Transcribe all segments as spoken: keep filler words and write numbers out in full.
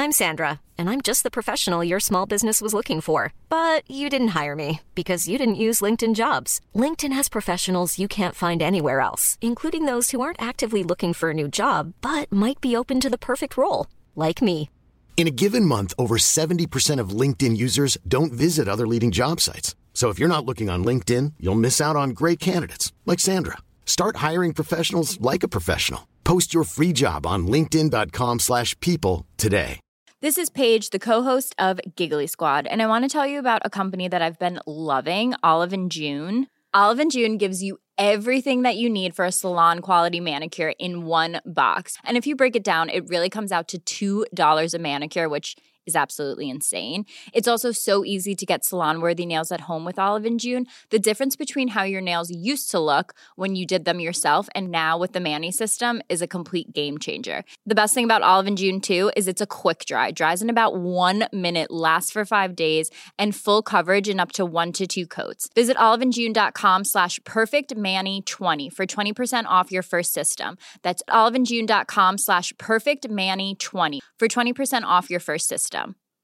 I'm Sandra, and I'm just the professional your small business was looking for. But you didn't hire me because you didn't use LinkedIn Jobs. LinkedIn has professionals you can't find anywhere else, including those who aren't actively looking for a new job, but might be open to the perfect role, like me. In a given month, over seventy percent of LinkedIn users don't visit other leading job sites. So if you're not looking on LinkedIn, you'll miss out on great candidates like Sandra. Start hiring professionals like a professional. Post your free job on linkedin dot com slash people today. This is Paige, the co-host of Giggly Squad, and I want to tell you about a company that I've been loving, Olive and June. Olive and June gives you everything that you need for a salon-quality manicure in one box. And if you break it down, it really comes out to two dollars a manicure, which is absolutely insane. It's also so easy to get salon-worthy nails at home with Olive and June. The difference between how your nails used to look when you did them yourself and now with the Mani system is a complete game changer. The best thing about Olive and June, too, is it's a quick dry. Dries in about one minute, lasts for five days, and full coverage in up to one to two coats. Visit oliveandjune.com slash perfectmani20 for twenty percent off your first system. That's oliveandjune.com slash perfectmani20 for twenty percent off your first system.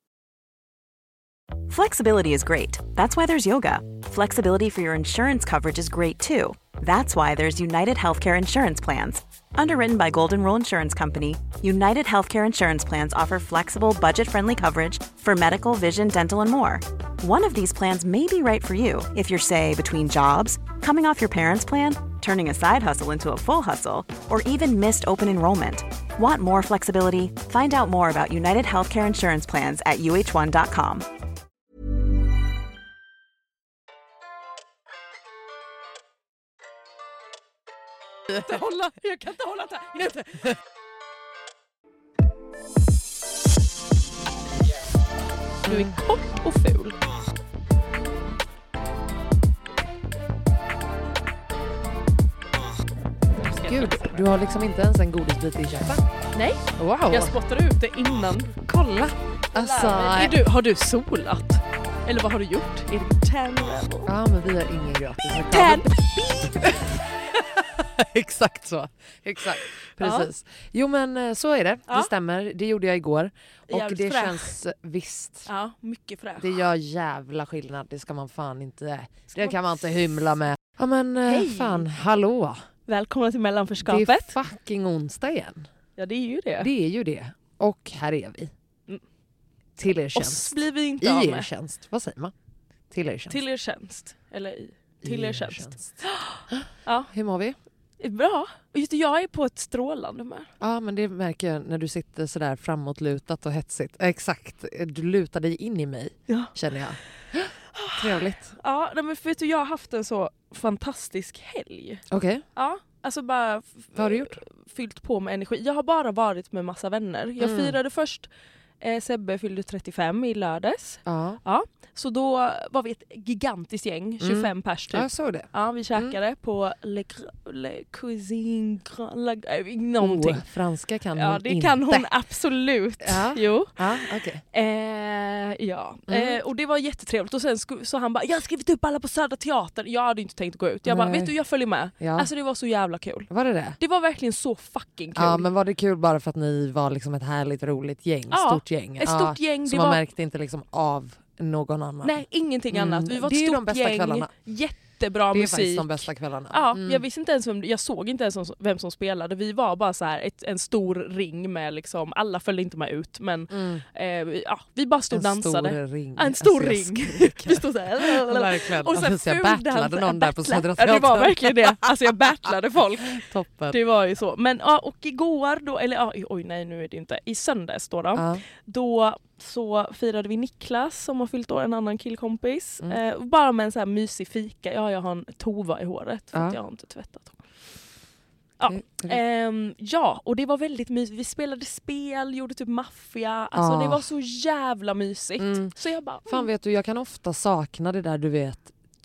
Flexibility is great. That's why there's yoga. Flexibility for your insurance coverage is great too. That's why there's United Healthcare Insurance Plans. Underwritten by Golden Rule Insurance Company, United Healthcare Insurance Plans offer flexible, budget-friendly coverage for medical, vision, dental, and more. One of these plans may be right for you if you're, say, between jobs, coming off your parents' plan, turning a side hustle into a full hustle, or even missed open enrollment. Want more flexibility? Find out more about United Healthcare Insurance Plans at u h one dot com. Jag kan inte hålla, jag kan inte hålla det. Du är kort och ful. Gud, du har liksom inte ens en godisbit i käften. Nej, wow. Jag spottade ut det innan. Kolla. Alltså, är du, har du solat? Eller vad har du gjort? Är det tan level? Ja, men vi har ingen gratis. Tan. Exakt så. Exakt. Precis. Ja. Jo, men så är det. Ja. Det stämmer. Det gjorde jag igår. Och jävligt det fräsch. Känns visst. Ja, mycket fräsch. Det gör jävla skillnad. Det ska man fan inte. Det kan man inte hymla med. Ja, men Hej. Fan, hallå. Välkomna till mellanförskapet. Det är fucking onsdag igen. Ja, det är ju det. Det är ju det. Och här är vi. Mm. Till er tjänst. Oss blir vi inte I av er med. Tjänst. Vad säger man? Till er tjänst. Till er tjänst. Eller i. Till I er tjänst. tjänst. Ja. Hur mår vi? Bra. Och just jag är på ett strålande humör. Ja, men det märker jag när du sitter sådär framåtlutat och hetsigt. Exakt. Du lutar dig in i mig, ja. Känner jag. Trevligt. Ja, men för att jag har haft en så fantastisk helg. Okej. Okay. Ja, alltså bara... Vad har du gjort? Fyllt på med energi. Jag har bara varit med massa vänner. Jag mm. firade först... Eh, Sebbe fyllde trettiofem i lördags. Ja. Ja. Så då var vi ett gigantiskt gäng, tjugofem mm. pers typ. Jag såg det. Ja, vi käkade mm. på Le, Le Cuisine Le, äh, någonting. Oh, franska kan ja, hon inte. inte. Ja, det kan hon absolut. Ja. Jo. Ja, okej. Okay. Eh, ja. Mm. Eh, och det var jättetrevligt. Och sen sku, så han bara, jag har skrivit upp alla på Södra Teatern. Jag hade inte tänkt gå ut. Jag Nej. bara, vet du, jag följer med. Ja. Alltså det var så jävla kul. Var det det? Det var verkligen så fucking kul. Ja, men var det kul bara för att ni var liksom ett härligt, roligt gäng? Ja, stort gäng? ett stort ja. gäng. Så det man var... märkte inte liksom av någon annan? Nej, ingenting mm. annat. Vi var ett det är stort de bästa gäng. Kvällarna. Jättebra det är musik. faktiskt de bästa kvällarna. Ja, mm. jag visste inte ens vem, jag såg inte ens vem som spelade. Vi var bara så här ett, en stor ring med liksom, alla följde inte med ut, men mm. eh, ja, vi bara stod och dansade. Stor ring. Ja, en stor alltså, ring. Vi stod så här. Verkligen. Och sen alltså, jag battlade någon där på Södra Teatern. Ja, det var verkligen det. Alltså jag battlade folk. Toppen. Det var ju så. Men ja, och igår då, eller ja, oj nej nu är det inte. I söndags då då. Ja. Då så firade vi Niklas som har fyllt år, en annan killkompis. Mm. Eh, bara med en så här mysig fika. Ja, jag har en tova i håret för ja. att jag har inte tvättat. Ja. Ehm, ja, och det var väldigt mysigt. Vi spelade spel, gjorde typ maffia. Alltså ah. det var så jävla mysigt. Mm. Så jag bara... Mm. Fan vet du, jag kan ofta sakna det där du vet, typ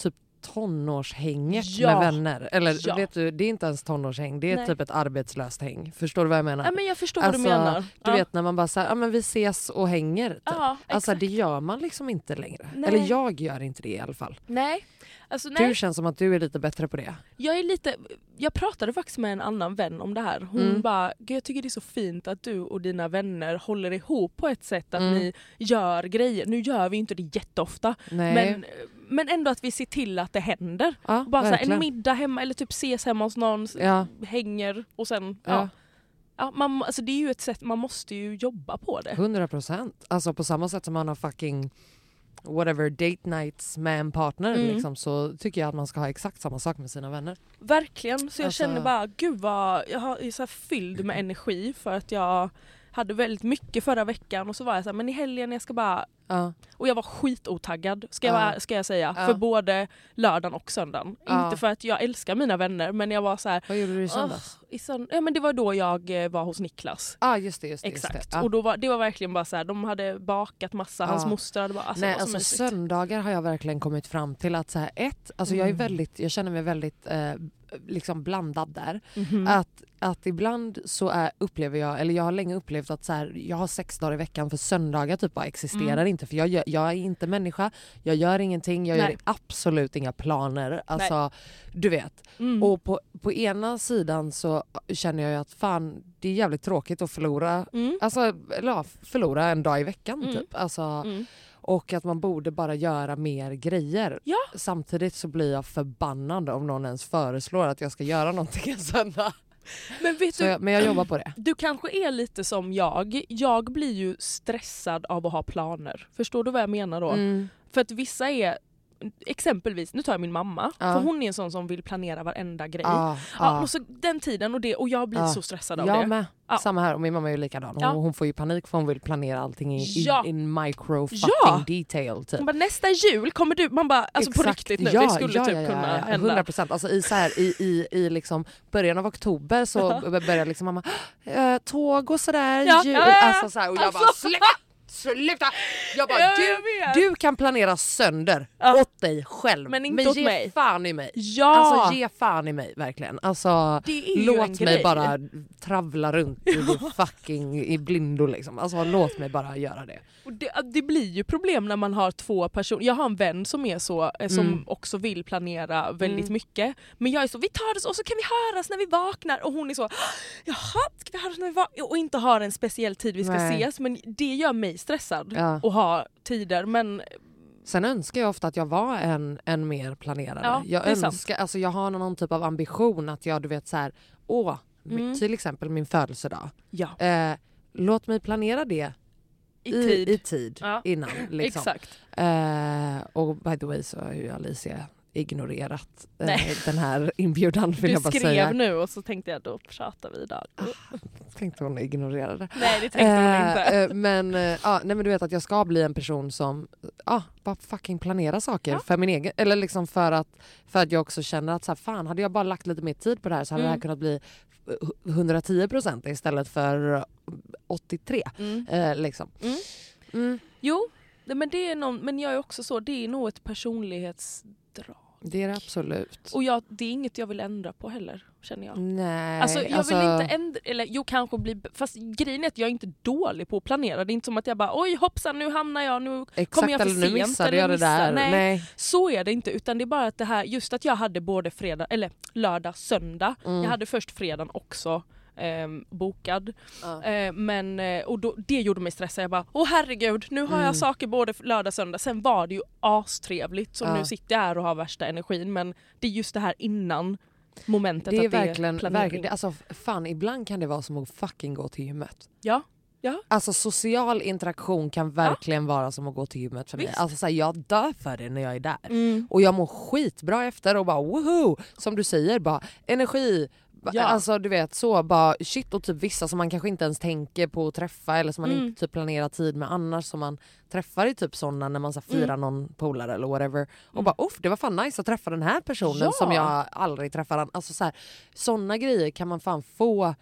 tonårshänget Ja. med vänner. Eller Ja. vet du, det är inte ens tonårshäng. Det är Nej. typ ett arbetslöst häng. Förstår du vad jag menar? Ja, men jag förstår alltså, vad du menar. Du Ja. vet när man bara säger, ja men vi ses och hänger. Typ. Ja, alltså exakt. det gör man liksom inte längre. Nej. Eller jag gör inte det i alla fall. Nej. Alltså, nej. Du känns som att du är lite bättre på det. Jag är lite, jag pratade faktiskt med en annan vän om det här. Hon Mm. bara, Gud, jag tycker det är så fint att du och dina vänner håller ihop på ett sätt att Mm. ni gör grejer. Nu gör vi inte det jätteofta, Nej. men, men ändå att vi ser till att det händer. Ja, Bara så här, en verkligen. middag hemma eller typ ses hemma hos någon, Ja. hänger och sen ja. Ja. Ja, man, alltså det är ju ett sätt, man måste ju jobba på det. hundra procent. Alltså på samma sätt som man har fucking whatever date nights med en partner Mm. liksom, så tycker jag att man ska ha exakt samma sak med sina vänner. Verkligen, så jag Alltså- känner bara, gud vad, jag har- är så här fylld med energi för att jag hade väldigt mycket förra veckan och så var jag så här, men i helgen jag ska bara, Ja. och jag var skitotaggad ska jag, Ja. vara- ska jag säga, Ja. för både lördagen och söndagen. Ja. Inte för att jag älskar mina vänner, men jag var så här, Vad gjorde du i söndags? "Åh, i sönd- ja, men det var då jag eh, var hos Niklas. Ja ah, just det, just det. Exakt, Just det. Ja. och då var, det var verkligen bara så här, de hade bakat massa, hans Ja. moster hade bara, alltså, det Nej, var så alltså mysigt. söndagar har jag verkligen kommit fram till att så här, ett, alltså jag är Mm. väldigt, jag känner mig väldigt eh, liksom blandad där. Mhm. Att, att ibland så är, upplever jag, eller jag har länge upplevt att så här, jag har sex dagar i veckan för söndagar typ bara existerar Mm. inte. För jag, gör, jag är inte människa, jag gör ingenting, jag Nej. gör absolut inga planer. Alltså, du vet. Mm. Och på, på ena sidan så känner jag ju att fan, det är jävligt tråkigt att förlora, Mm. alltså, eller ja, förlora en dag i veckan Mm. typ. Alltså, Mm. och att man borde bara göra mer grejer. Ja. Samtidigt så blir jag förbannad om någon ens föreslår att jag ska göra någonting en söndag. Men vet Så du, jag, men jag jobbar på det. du kanske är lite som jag. Jag blir ju stressad av att ha planer. Förstår du vad jag menar då? Mm. För att vissa är, exempelvis, nu tar jag min mamma, Ja. för hon är en sån som vill planera varenda grej. Ja, Ja, ja. och så den tiden och det, och jag blir Ja. så stressad av Jag det. med. Ja. Samma här. Och min mamma är ju likadan. Hon, Ja. hon får ju panik för hon vill planera allting i, Ja. i, in micro fucking Ja. detail. Typ. Hon bara, nästa jul kommer du, man bara, alltså på Exakt. riktigt nu, Ja, det skulle ja, typ ja, ja, kunna ja. hända. hundra procent. Alltså i, så här, i, i, i liksom början av oktober så Ja. börjar liksom mamma, äh, tåg och sådär. Ja, jul. ja, ja. Alltså, så här, och jag bara, Alltså. sluta! Sluta! Jag bara, Ja, jag du, vet. du kan planera sönder Ja. åt dig själv. Men inte åt ge mig. fan i mig. Ja, Alltså ge fan i mig, verkligen. Alltså, det är ju låt en mig grej. bara travla runt i fucking i blindo liksom. Alltså låt mig bara göra det. Och det, det blir ju problem när man har två personer. Jag har en vän som är så, eh, som Mm. också vill planera väldigt Mm. mycket. Men jag är så, vi tar det och så kan vi höras när vi vaknar. Och hon är så, jaha, ska vi höras när vi vaknar? Och inte har en speciell tid vi ska Nej. ses. Men det gör mig stressad Ja. att ha tider. Men Sen önskar jag ofta att jag var en, en mer planerare. Ja, jag det är sant. önskar, alltså jag har någon typ av ambition att jag, du vet så här, åh, Mm. till exempel min födelsedag. ja, Eh, låt mig planera det i tid. i tid Ja. innan. Liksom. Exakt. Eh, och by the way så har ju Alicia ignorerat eh, Nej. den här inbjudan vill Du jag bara skrev säga. nu och så tänkte jag, då pratar vi idag. Tänkte hon ignorerade. Nej, det tänkte hon inte. Eh, eh, men, eh, ja, nej, men du vet att jag ska bli en person som ah, bara fucking planerar saker Ja. för min egen, eller liksom för att, för att jag också känner att så här, fan, hade jag bara lagt lite mer tid på det här så hade Mm. det här kunnat bli hundratio procent istället för åttiotre. Mm. Eh, liksom. Mm. Mm. Jo, det- men det är någon, men jag är också så, det är nog ett personlighetsdrag. Det är det absolut. Och jag, det är inget jag vill ändra på heller, känner jag. Nej, Alltså jag alltså, vill inte ändra, eller jo kanske bli, fast grejen är att jag är inte dålig på att planera. Det är inte som att jag bara, oj hoppsan nu hamnar jag, nu exakt, kommer jag för eller nu sent missade eller jag det missar. där. Nej. Nej. Så är det inte, utan det är bara att det här, just att jag hade både fredag, eller lördag, söndag. Mm. Jag hade först fredagen också eh, bokad. Ja. Eh, men, eh, och då, det gjorde mig stressad. Jag bara, åh herregud, nu har Mm. jag saker både lördag och söndag. Sen var det ju astrevligt, så Ja. nu sitter jag här och har värsta energin. Men det är just det här innan momentet Det är att det verkligen, är planering. verkligen det, alltså, fan, ibland kan det vara som att fucking gå till gymmet. Ja, Alltså social interaktion kan verkligen vara som att gå till gymmet för mig. Visst. Alltså så här, jag dör för det när jag är där. mm. Och jag mår skitbra efter och bara woho! Som du säger, bara energi. Ja. Alltså du vet så bara shit, och typ vissa som man kanske inte ens tänker på att träffa eller som man Mm. inte typ planerar tid med annars, som man träffar i typ sådana när man så här, firar Mm. någon polare eller whatever. Och Mm. bara uff, det var fan nice att träffa den här personen Ja. som jag aldrig träffar. Alltså så här, såna grejer kan man fan få.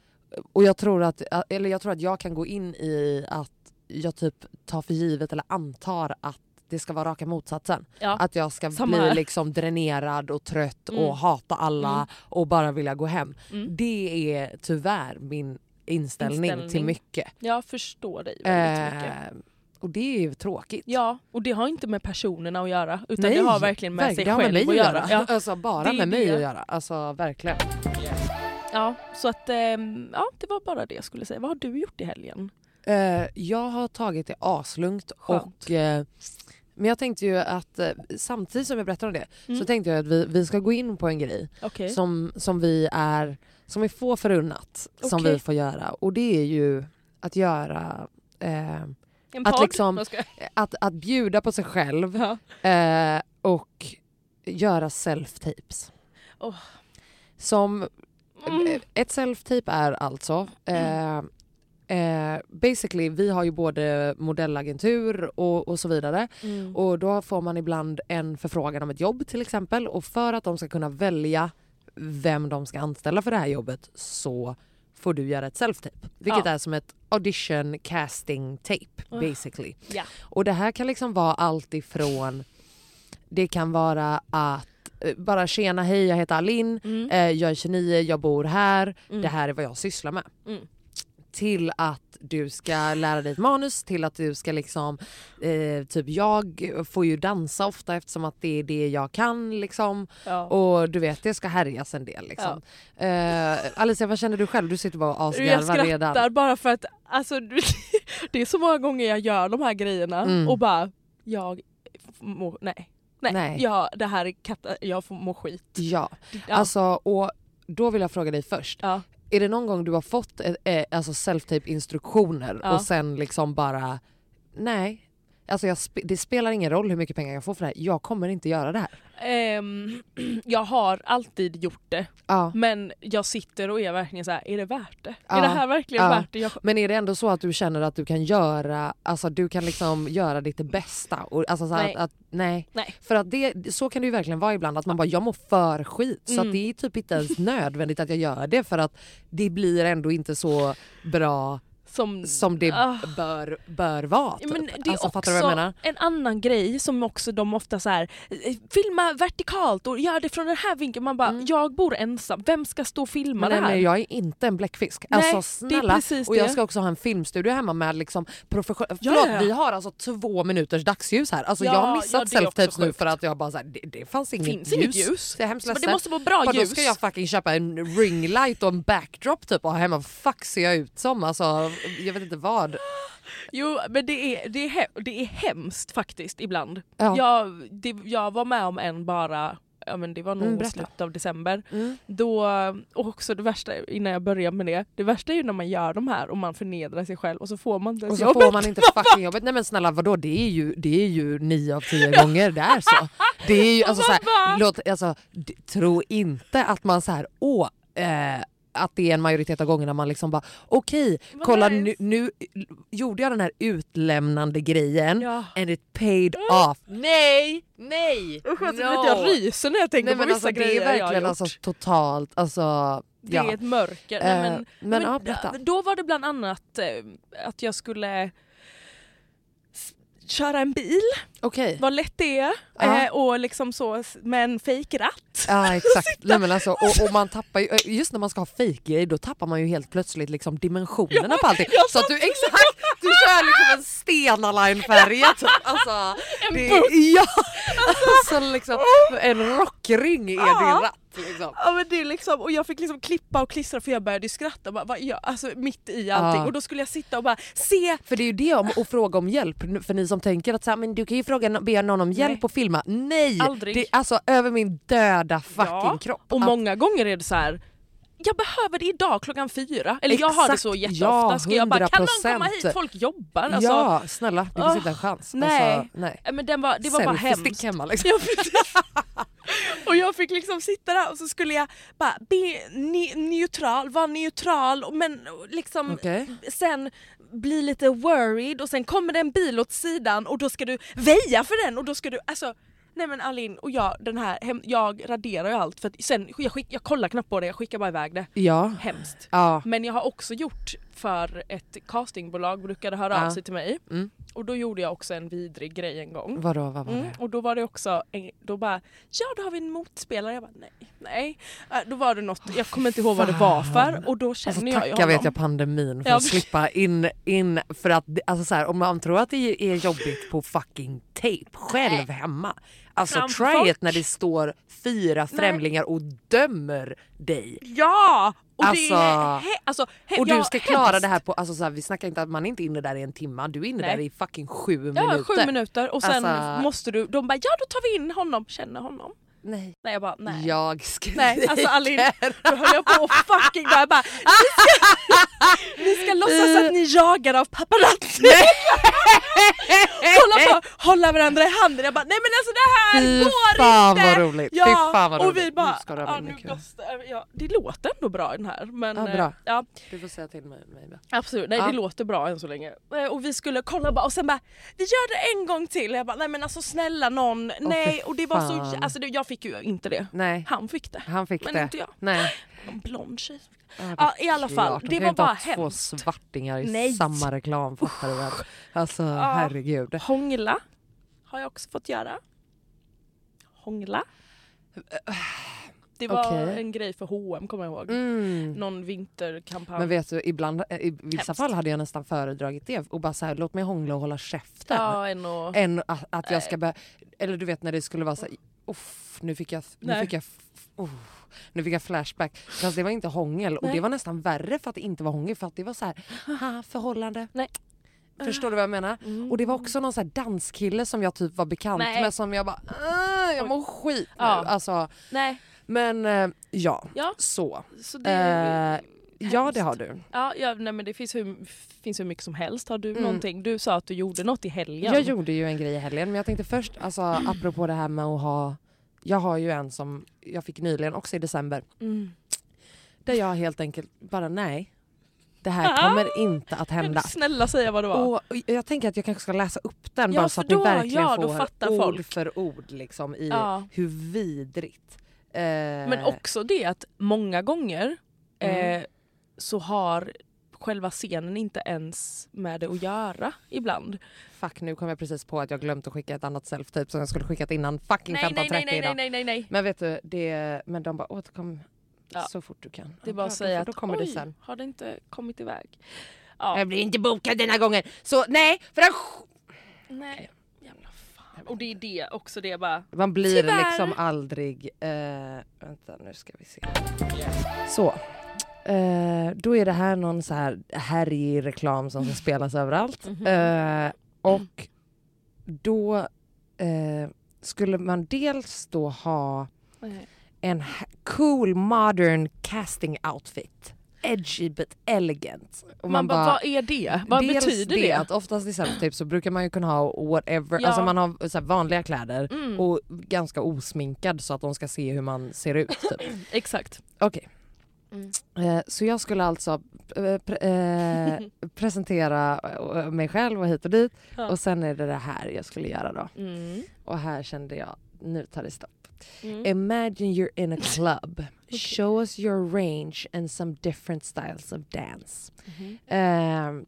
Och jag tror att, eller jag tror att jag kan gå in i att jag typ tar för givet eller antar att det ska vara raka motsatsen. Ja. Att jag ska Samma bli här. liksom dränerad och trött Mm. och hata alla Mm. och bara vilja gå hem. Mm. Det är tyvärr min inställning, Inställning. till mycket. Jag förstår dig väldigt mycket. Eh, och det är ju tråkigt. Ja, och det har inte med personerna att göra utan Nej, det har verkligen med verkligen, sig det har med själv mig att att göra. göra. Ja. Alltså bara Det är med mig det. att göra. Alltså verkligen. Ja, så att ehm, ja, det var bara det jag skulle säga. Vad har du gjort i helgen? Eh, jag har tagit det aslugnt. Skönt. Och, eh, men jag tänkte ju att eh, samtidigt som jag berättar om det Mm. så tänkte jag att vi, vi ska gå in på en grej Okej. som, som vi är som vi får förunnat som Okej. vi får göra. Och det är ju att göra eh, En att podd? liksom- Vad ska jag- att, att bjuda på sig själv Ja. eh, och göra self-tapes. Åh. Som Mm. ett self-tape är alltså eh, eh, basically vi har ju både modellagentur och, och så vidare. Mm. Och då får man ibland en förfrågan om ett jobb till exempel. Och för att de ska kunna välja vem de ska anställa för det här jobbet så får du göra ett self-tape. Vilket Ja. är som ett audition casting tape Oh. basically. Ja. Och det här kan liksom vara allt ifrån, det kan vara att eh, bara tjena, hej jag heter Alin, Mm. eh, jag är tjugonio, jag bor här, Mm. det här är vad jag sysslar med. Mm. Till att du ska lära dig ett manus, till att du ska liksom, eh, typ jag får ju dansa ofta eftersom att det är det jag kan liksom. Ja. Och du vet, det ska härjas en del liksom. Eh, Alicia, vad känner du själv? Du sitter bara och jag asgarvar skrattar redan. bara för att alltså, du- det är så många gånger jag gör de här grejerna Mm. och bara jag må, nej. Nej, Nej. Ja, det här är kata- jag får må skit. Ja, Ja. alltså och då vill jag fråga dig först. ja. Är det någon gång du har fått eh, eh, alltså self-tape instruktioner Ja. och sen liksom bara nej, alltså jag sp- det spelar ingen roll hur mycket pengar jag får för det här. Jag kommer inte göra det här. Ehm, jag har alltid gjort det. Ja. Men jag sitter och är verkligen så här: är det värt det? Ja. Är det här verkligen Ja. värt det? Jag, Men är det ändå så att du känner att du kan göra, alltså du kan liksom göra ditt bästa? Och, alltså så här Nej. Att, att, nej. Nej. För att det, så kan det ju verkligen vara ibland, att man bara jag mår för skit. Så Mm. att det är typ inte ens nödvändigt att jag gör det för att det blir ändå inte så bra som, som det Ah. bör, bör vara. Typ. Men det är alltså, också fattar du vad jag menar? en annan grej som också de ofta så här: eh, filma vertikalt och gör det från den här vinkeln. Man bara, Mm. jag bor ensam, vem ska stå och filma Men det nej, här? men jag är inte en bläckfisk. Nej, alltså det är snälla. precis Och jag det. ska också ha en filmstudio hemma med liksom profession... Ja, Förlåt, ja. vi har alltså två minuters dagsljus här. Alltså Ja, jag har ja, missat det är också self-tapes nu sjukt. för att jag bara så här, det, det fanns inget Finns ljus. inget ljus. Så jag är hemskt Men ledsen. det måste vara bra Bara, ljus. Då ska jag fucking köpa en ringlight och en backdrop typ och ha hemma. Fuck ser jag ut som? Alltså jag vet inte vad. Jo, men det är, det, är he- det är hemskt faktiskt ibland. Ja. Jag, det, jag var med om en bara, ja, men det var nog Mm, berätta. slutet av december. Mm. Då, och också det värsta, innan jag börjar med det, det värsta är ju när man gör de här och man förnedrar sig själv och så får man inte Och ens så jobbet. får man inte fucking jobbet. Nej men snälla vadå, det är ju, det är ju nio av tio gånger det är så. Det är ju alltså så här, låt, alltså, d- tro inte att man så här, åh, eh, att det är en majoritet av gångerna man liksom bara okej, Vad kolla nice. nu, nu gjorde jag den här utlämnande grejen Ja. and it paid off. Nej, nej, Usch, alltså, no. vet jag ryser när jag tänker Nej på men vissa alltså det grejer är jag har verkligen gjort. alltså totalt, alltså Det ja. är ett mörker. Eh, Nej, men, men, ja, berätta. då var det bland annat eh, att jag skulle s- köra en bil, Okej. vad lätt det är, Ja. eh, och liksom så s- med en fejkratt. Ja exakt, nej, men alltså, och, och man tappar ju, just när man ska ha fake-grejer då tappar man ju helt plötsligt liksom dimensionerna på allting. jag Så att du exakt, du kör liksom en Stena Line-färja typ. Alltså, En det, buss. ja, alltså liksom en rockring är Ja. din ratt liksom. Ja, men det är liksom, och jag fick liksom klippa och klistra för jag började skratta bara, vad, jag, alltså, mitt i allting. Ja. Och då skulle jag sitta och bara se. För det är ju det om att fråga om hjälp, för ni som tänker att så här, men du kan ju fråga, be någon om hjälp Nej. och filma. Nej! Aldrig. Det är alltså över min döda fucking Ja, kropp. och Att- många gånger är det så här: jag behöver det idag klockan fyra. Eller jag har det Exakt, så jätteofta. ja, Ska jag bara, kan någon komma hundra procent. hit? Folk jobbar. Alltså, ja, snälla, det finns åh, inte en chans. nej. Alltså, nej. men den var, det var bara Selfie-stick hemskt. hemma liksom. Ja, precis. Och jag fick liksom sitta där och så skulle jag bara be ne- neutral, vara neutral men liksom Okej. sen bli lite worried och sen kommer det en bil åt sidan och då ska du väja för den och då ska du, alltså nej men Alin och jag, den här, hem, jag raderar ju allt för att sen, jag, skick, jag kollar knappt på det, jag skickar bara iväg det. Ja. Hemskt. Ja. Men jag har också gjort för ett castingbolag brukade höra Ja. av sig till mig. Mm. Och då gjorde jag också en vidrig grej en gång. Vadå, vad var det? Mm, och då var det också, en, då bara, ja då har vi en motspelare. Jag bara, nej, nej. Äh, då var det något, jag kommer inte ihåg vad det var för. Och då känner Alltså, jag ju tacka honom. vet jag pandemin för Ja. att slippa in, in för att alltså så här, om man tror att det är jobbigt på fucking tape själv hemma. Alltså Framför try folk. it när det står fyra främlingar och dömer dig. Ja! Och Alltså- det är he- alltså, he- Och du ja, ska klara hemskt. det här på, alltså så här, vi snackar inte att man är inte inne där i en timme, du är inne Nej. där i fucking sju Ja, minuter. sju minuter och sen Alltså- måste du, de bara, ja då tar vi in honom, känner honom. Nej. Nej jag bara, nej. Jag skriker. Nej, alltså Alin, då höll jag på att fucking bara, bara ni, ska, ni ska låtsas att ni jagar av paparazzi. Kolla på, hålla varandra i handen. Jag bara, nej men alltså det här Fy går fan inte. vad roligt. Ja, Fy fan vad och roligt. vi bara, Nu ska du ha ja, min nu mikrofon. måste, ja, det låter ändå bra i den här. Men, Ja, bra. eh, ja, Du får säga till mig. mig med. absolut, nej Ja. det låter bra än så länge. Eh, Och vi skulle kolla bara, och sen bara, vi gör det en gång till. Jag bara, nej men alltså snälla någon, nej. fy Och det var så, fan. alltså det, jag fick ju inte det. Nej, Han fick det. han fick Men det. inte jag. Nej. En blond tjej. Ja, det Ja, är i alla fall, klart. De det kan var inte ha bara två hemskt. svartingar i Nej. samma reklam, fattar du väl? Alltså herregud. Hångla har jag också fått göra. Hångla. Det var Okej. en grej för H och M, kommer jag ihåg. Mm. Någon vinterkampanj. Men vet du, ibland, i vissa Hemskt. fall hade jag nästan föredragit det och bara så här, låt mig hångla och hålla käften. Ja, en och... Än att, att jag ska börja, eller du vet när det skulle vara så här, uff, nu fick jag, nu Nej. fick jag, uff, nu fick jag flashback. Fast det var inte hångel och Nej. det var nästan värre för att det inte var hångel, för att det var så här, ha, förhållande. Nej. Förstår du vad jag menar? Mm. Och det var också någon så här danskille som jag typ var bekant Nej. med som jag bara, "Ah, jag mår skit nu." Ja. Alltså, Nej, men eh, ja, ja. så. Så det... Eh, ja, hemskt. det har du. Ja, ja, nej men det finns hur, finns hur mycket som helst. Har du Mm. någonting? Du sa att du gjorde något i helgen. Jag gjorde ju en grej i helgen, men jag tänkte först, alltså apropå det här med att ha, jag har ju en som jag fick nyligen också i december, Mm. där jag helt enkelt bara nej, det här kommer inte att hända. Snälla säga vad det var. Och och jag tänker att jag kanske ska läsa upp den Ja, bara så för att ni då- verkligen ja, då får fattar ord folk. för ord liksom, i Ja. hur vidrigt. Eh, Men också det att många gånger Mm. eh, så har själva scenen inte ens med det att göra ibland. Fuck, nu kom jag precis på att jag glömt att skicka ett annat self-tape som jag skulle skickat innan fucking femton trettio idag. nej, nej, nej. Men vet du, det, men de bara återkom Ja. så fort du kan. Det är bara Ja, att säga då, att då kommer oj, det sen. har det inte kommit iväg? Ja. Jag blir inte bokad denna gången. Så nej, för den... Nej, jävla fan. Och det är det också, det är bara... Man blir Tyvärr. liksom aldrig... Eh, vänta, nu ska vi se. Så. Eh, då är det här någon så här härlig reklam som ska spelas överallt. Eh, och då eh, skulle man dels då ha Nej. en ha- cool modern casting outfit. Edgy but elegant. Och Man, bara, vad är det? Vad dels betyder det? Att oftast i self-tape så brukar man ju kunna ha whatever, Ja. alltså man har så här vanliga kläder Mm. och ganska osminkad så att de ska se hur man ser ut. Typ. Exakt. Okej. Mm. Eh, så jag skulle alltså eh, pre- eh, presentera eh, mig själv och hit och dit. Ja. Och sen är det det här jag skulle göra då. Mm. Och här kände jag, nu tar det stopp. Mm. Imagine you're in a club. Show us your range and some different styles of dance. Um,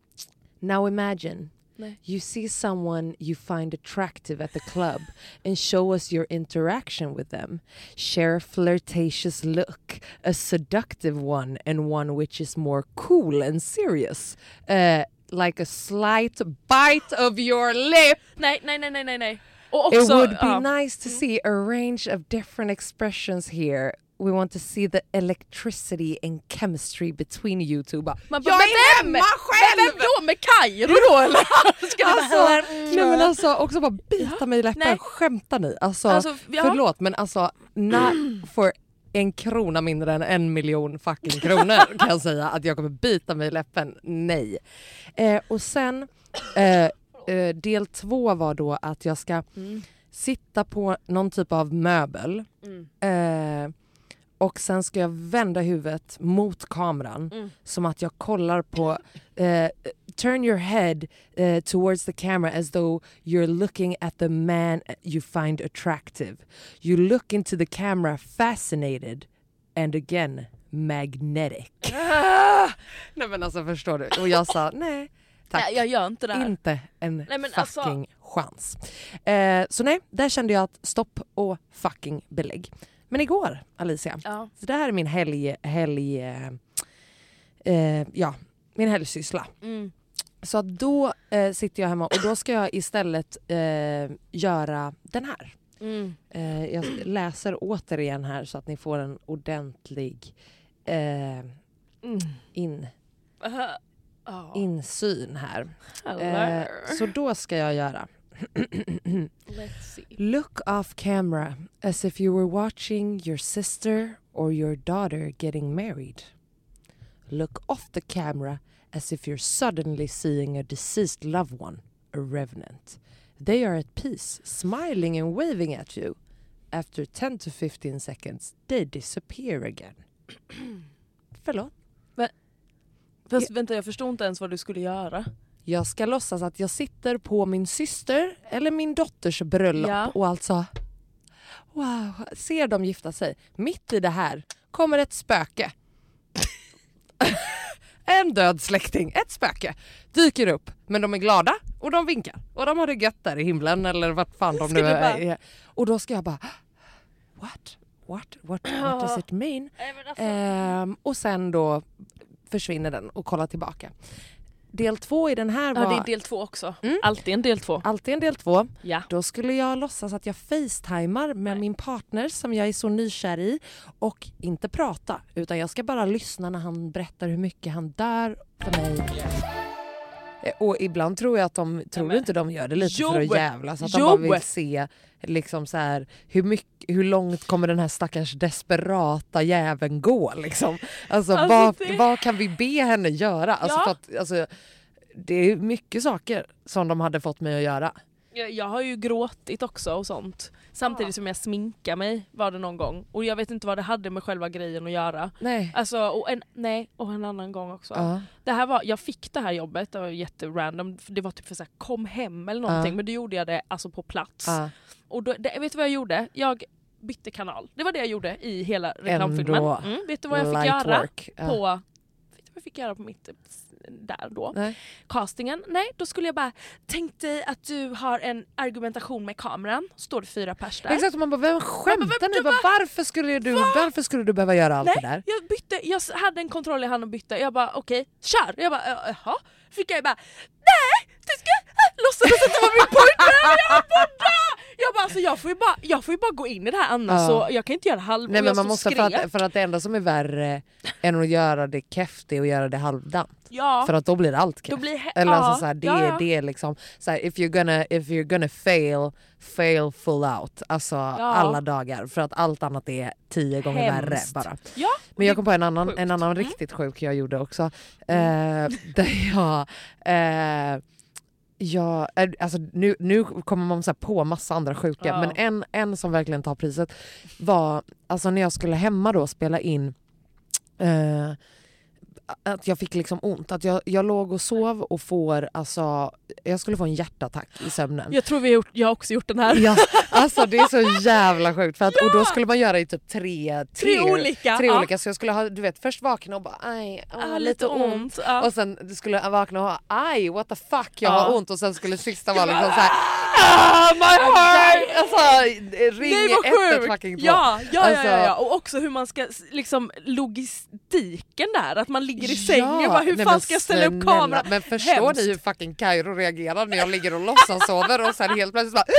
now imagine Nej. you see someone you find attractive at the club and show us your interaction with them. Share a flirtatious look, a seductive one, and one which is more cool and serious. Uh, like a slight bite of your lip. Nej, nej, nej, nej, nej, nej. Och också, It would be ja. nice to see a range of different expressions here. We want to see the electricity and chemistry between you two. Bara, Man bara, jag men är vem? hemma själv! Vem då? Med Kairo då eller? Ska det Alltså, vara- nej men alltså också bara bita mig i läppen. Nej. Skämtar ni? Alltså, Alltså, ja. förlåt men alltså na, för en krona mindre än en miljon fucking kronor kan jag säga att jag kommer bita mig i läppen. Nej. Eh, och sen eh, eh, del två var då att jag ska Mm. sitta på någon typ av möbel. Mm. Eh, och sen ska jag vända huvudet mot kameran Mm. som att jag kollar på eh, turn your head eh, towards the camera as though you're looking at the man you find attractive. You look into the camera fascinated and again magnetic. Ah! Nej men alltså förstår du? Och jag sa nej. Tack. Nej, jag gör inte det här. Inte en nej, men fucking alltså... chans. Eh, så nej, där kände jag att stopp och fucking belägg. Men igår, Alicia, ja. så det här är min helg, helg eh, eh, ja, min helgsyssla. Mm. Så att då eh, sitter jag hemma och då ska jag istället eh, göra den här. Mm. Eh, jag läser återigen här så att ni får en ordentlig eh, mm. in, uh, oh. insyn här. Eh, så då ska jag göra Let's see. Look off camera as if you were watching your sister or your daughter getting married. Look off the camera as if you're suddenly seeing a deceased loved one, a revenant. They are at peace, smiling and waving at you. After ten to fifteen seconds, they disappear again. Förlåt? Men, fast jag, vänta, jag förstår inte ens vad du skulle göra. Jag ska låtsas att jag sitter på min syster eller min dotters bröllop ja. och alltså, wow, ser de gifta sig. Mitt i det här kommer ett spöke. En död släkting, ett spöke, dyker upp. Men de är glada och de vinkar. Och de har det gött där i himlen eller vart fan de nu är. Bara... Och då ska jag bara, what? What? What, what does it mean? Alltså... Um, och sen då försvinner den och kollar tillbaka. Del två i den här var... Ja, det är del två också. Mm. Alltid en del två. Alltid en del två. Ja. Då skulle jag låtsas att jag facetimar med Nej. min partner som jag är så nykär i. Och inte prata, utan jag ska bara lyssna när han berättar hur mycket han dör för mig. Och ibland tror jag att de, tror du inte de gör det lite jo. för att jävla. Så att jo. de bara vill se liksom så här, hur, mycket, hur långt kommer den här stackars desperata jäveln gå liksom. Alltså, alltså vad, det... vad kan vi be henne göra? Alltså, ja. för att, alltså, det är mycket saker som de hade fått mig att göra. Jag, jag har ju gråtit också och sånt. Samtidigt ja. som jag sminkar mig var det någon gång. Och jag vet inte vad det hade med själva grejen att göra. Nej. Alltså, och en, nej, och en annan gång också. Ja. Det här var, jag fick det här jobbet, det var jätterandom. Det var typ för så här, kom hem eller någonting. Ja. Men då gjorde jag det alltså på plats. Ja. Och då, det, vet du vad jag gjorde? Jag bytte kanal. Det var det jag gjorde i hela reklamfilmen. Mm, vet du vad jag fick göra work. Ja. på... Vet du vad jag fick göra på mitt... där då. Nej. Castingen. Nej, då skulle jag bara tänk dig att du har en argumentation med kameran. Står det fyra pers där. Exakt, man bara, vem skämtar nu? Bara, varför, skulle du, varför skulle du behöva göra allt Nej, det där? Jag bytte, jag hade en kontroll i hand och bytte. Jag bara, okej, okay, kör. Jag bara, jaha. Fick jag bara, nej, du ska låtsas att det var min pojkvän. Jag var borta. Jag bara, alltså jag får ju bara, jag får ju bara gå in i det här annars ja. så jag kan inte göra halv. Nej, men man måste för att, för att det enda som är värre än att göra det keftigt och göra det halvdant. Ja. För att då blir det allt keft. He- Eller ja. alltså så här, det ja, ja. är det liksom så här, if you're gonna if you're gonna fail fail full out alltså ja. alla dagar för att allt annat är tio gånger Hemskt. värre bara. Ja, men jag kom på en annan sjukt. en annan mm. riktigt sjuk jag gjorde också mm. eh, där jag eh, Ja, alltså nu, nu kommer man så här på massa andra sjuka ja. men en, en som verkligen tar priset var alltså när jag skulle hemma då spela in eh, att jag fick liksom ont, att jag, jag låg och sov och får alltså, jag skulle få en hjärtattack i sömnen. Jag tror vi har gjort, jag har också gjort den här. Ja, alltså det är så jävla sjukt för att, ja! och då skulle man göra i typ tre, tre, tre olika, tre ja. olika så jag skulle ha, du vet, först vakna och bara aj, åh, ah, lite, lite ont, ont. Ja. Och sen skulle jag vakna och ha aj, what the fuck, jag ja. har ont och sen skulle sista vara liksom såhär ah, my heart! Alltså ring ett fucking två. Ja, ja, alltså, ja, ja, och också hur man ska liksom logistiken där, att man ligger i sängen ja, och bara, hur nej, fan ska jag ställa upp kameran? Men förstår Hemskt. ni hur fucking Kairo reagerar när jag ligger och låtsas sover och sen helt plötsligt bara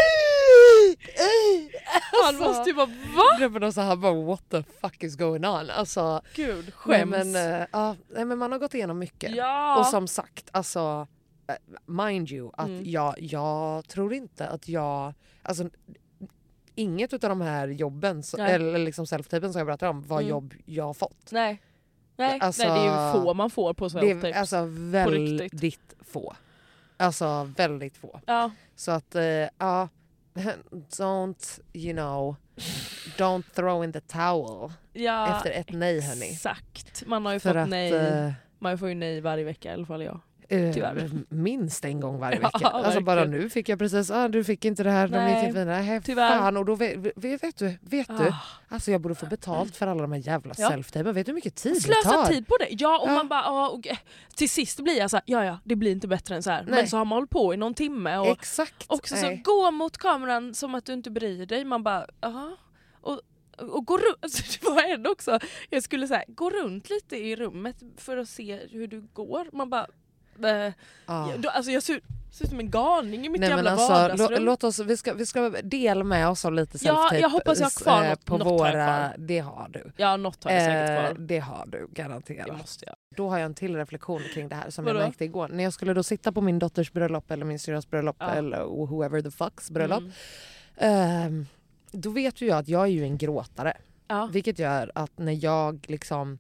han alltså, måste ju bara, va? Men alltså, han bara, what the fuck is going on? Alltså, gud, skäms. Nej, men, uh, uh, nej, men man har gått igenom mycket. Ja. Och som sagt, alltså, uh, mind you, att mm. jag, jag tror inte att jag, alltså inget av de här jobben, så, eller liksom self-tapen som jag berättar om, var mm. jobb jag har fått. Nej. Nej, alltså, nej, det är ju få man får på self-tape. Det är alltså väldigt få. Alltså väldigt få. Ja. Så att, ja, uh, don't, you know, don't throw in the towel ja, efter ett nej, hörni. Exakt. Man har ju För fått att, nej. Uh, man får ju nej varje vecka i alla fall, ja. Uh, minst en gång varje vecka. Ja, alltså bara verkligen. nu fick jag precis, ah, du fick inte det här, de Nej, gick inte vidare. Nej, tyvärr. fan, och då vet, vet, vet du, vet Ah. du, alltså jag borde få betalt för alla de här jävla Ja. self-tape. Vet du hur mycket tid det Slösa tar? tid på det. Ja, och Ja. man bara, ja, och, eh, till sist blir jag så här, ja ja, det blir inte bättre än så här. Nej. Men så har man hållit på i någon timme och Exakt. också så Nej. gå mot kameran som att du inte bryr dig. Man bara, ja. Och, och gå runt, alltså, det var en också, jag skulle säga, gå runt lite i rummet för att se hur du går. Man bara, eh, Ah. ja, då, alltså jag ser, ser ut som en galning i mitt Nej, men jävla alltså, vardagsrum. lå, låt oss, vi, ska, vi ska dela med oss av lite Ja, self-tape. jag hoppas jag har kvar eh, något- på något har jag våra, kvar. det har du. Ja, något har jag säkert Eh, kvar. det har du garanterat. Det måste jag. Då har jag en till reflektion kring det här som Vadå? jag märkte igår. När jag skulle då sitta på min dotters bröllop eller min syrras bröllop Ja. eller whoever the fucks bröllop. Mm. ehm, då vet ju jag att jag är ju en gråtare. Ja. Vilket gör att när jag liksom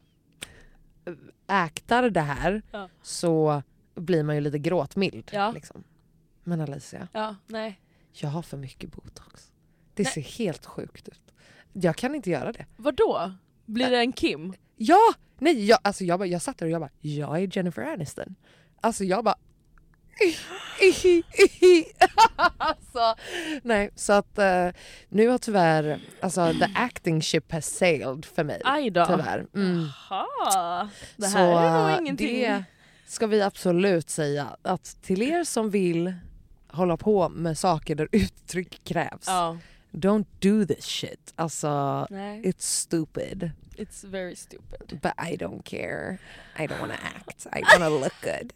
äktar det här Ja. så blir man ju lite gråtmild. Ja. Liksom. Men Alicia, Ja, nej. jag har för mycket botox. Det Nej. ser helt sjukt ut. Jag kan inte göra det. Vadå? Blir det en Kim? Ja! Nej, jag, alltså jag, bara, jag satt där och jag bara, jag är Jennifer Aniston. Alltså jag bara... alltså, nej, så att uh, nu har tyvärr, alltså the acting ship has sailed för mig. Aj då. Tyvärr. Mm. Jaha, det Så, här är uh, nog ingenting. det ska vi absolut säga. Att till er som vill hålla på med saker där uttryck krävs. Ja, Don't do this shit. Alltså, nej. it's stupid. It's very stupid. But I don't care. I don't wanna act. I wanna look good.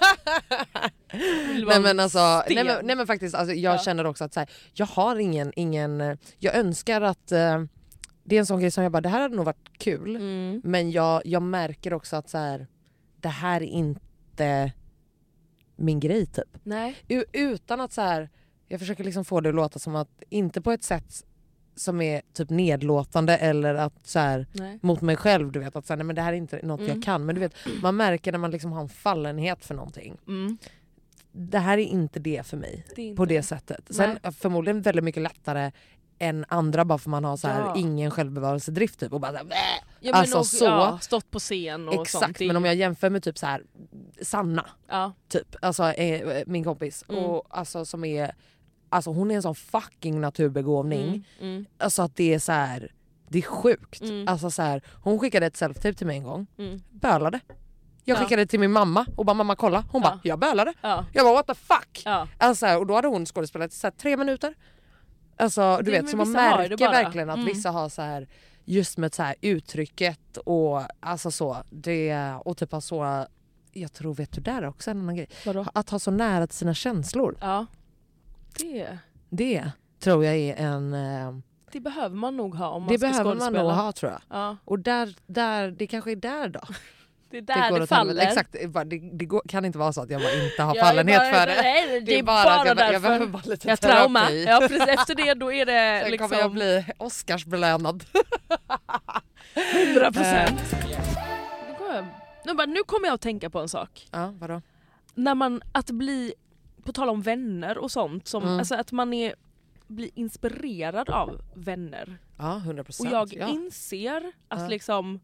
nej men alltså, nej men, nej men faktiskt, alltså, jag Ja. känner också att så här, jag har ingen, ingen, jag önskar att uh, det är en sån grej som jag bara, det här hade nog varit kul. Mm. Men jag, jag märker också att så här, det här är inte min grej typ. Nej. U- utan att så här, jag försöker liksom få det att låta som att, inte på ett sätt som är typ nedlåtande eller att så här, Nej. mot mig själv, du vet att så här, nej, men det här är inte något Mm. jag kan, men du vet, man märker när man liksom har en fallenhet för någonting. Mm. Det här är inte det för mig Det är inte på det sättet. Sen Nej. förmodligen väldigt mycket lättare än andra bara för man har så här, Ja. ingen självbevarelsedrift typ och bara så här, "Bäh!" Ja, men Alltså, och, så- ja, stått på scen och sånt. Exakt, Det är- men om jag jämför med typ så här Sanna Ja. typ, alltså eh, min kompis Mm. och alltså som är, alltså hon är en sån fucking naturbegåvning. Mm. Mm. Alltså att det är så här, det är sjukt. Mm. Alltså så här, hon skickade ett self-tape till mig en gång. Mm. Bölade. Jag Ja. skickade det till min mamma och bara, mamma kolla. Hon Ja. bara, jag bölade. Ja. Jag bara, what the fuck? Ja. Alltså, så här, och då hade hon skådespelat så här, tre minuter. Alltså du Det- vet, men så man vissa har ju det märker bara. verkligen att Mm. vissa har så här, just med så här uttrycket och alltså så, det, och typ ha så, jag tror, vet du där också en annan grej. Vadå? Att ha så nära till sina känslor. Ja. Det, Det tror jag är en, eh, det behöver man nog ha om man det ska behöver man skådespela. nog ha tror jag. Ja. Och där, där, det kanske är där då. Det är där det, åt faller. helvete. Exakt, det, bara- det, det går, kan inte vara så att jag bara inte har Jag är fallenhet bara- för det. Nej, det är bara, att jag, därför. jag behöver bara lite Jag har trauma. terapi. Ja, precis. Efter det då är det Sen liksom kommer jag bli Oscarsbelönad. hundra procent. Nu, bara, nu kommer jag att tänka på en sak. Ja, vadå? När man, att bli, på tal om vänner och sånt, som, Mm. alltså att man är, blir inspirerad av vänner. Ja, hundra Och procent. jag ja. inser att Ja. liksom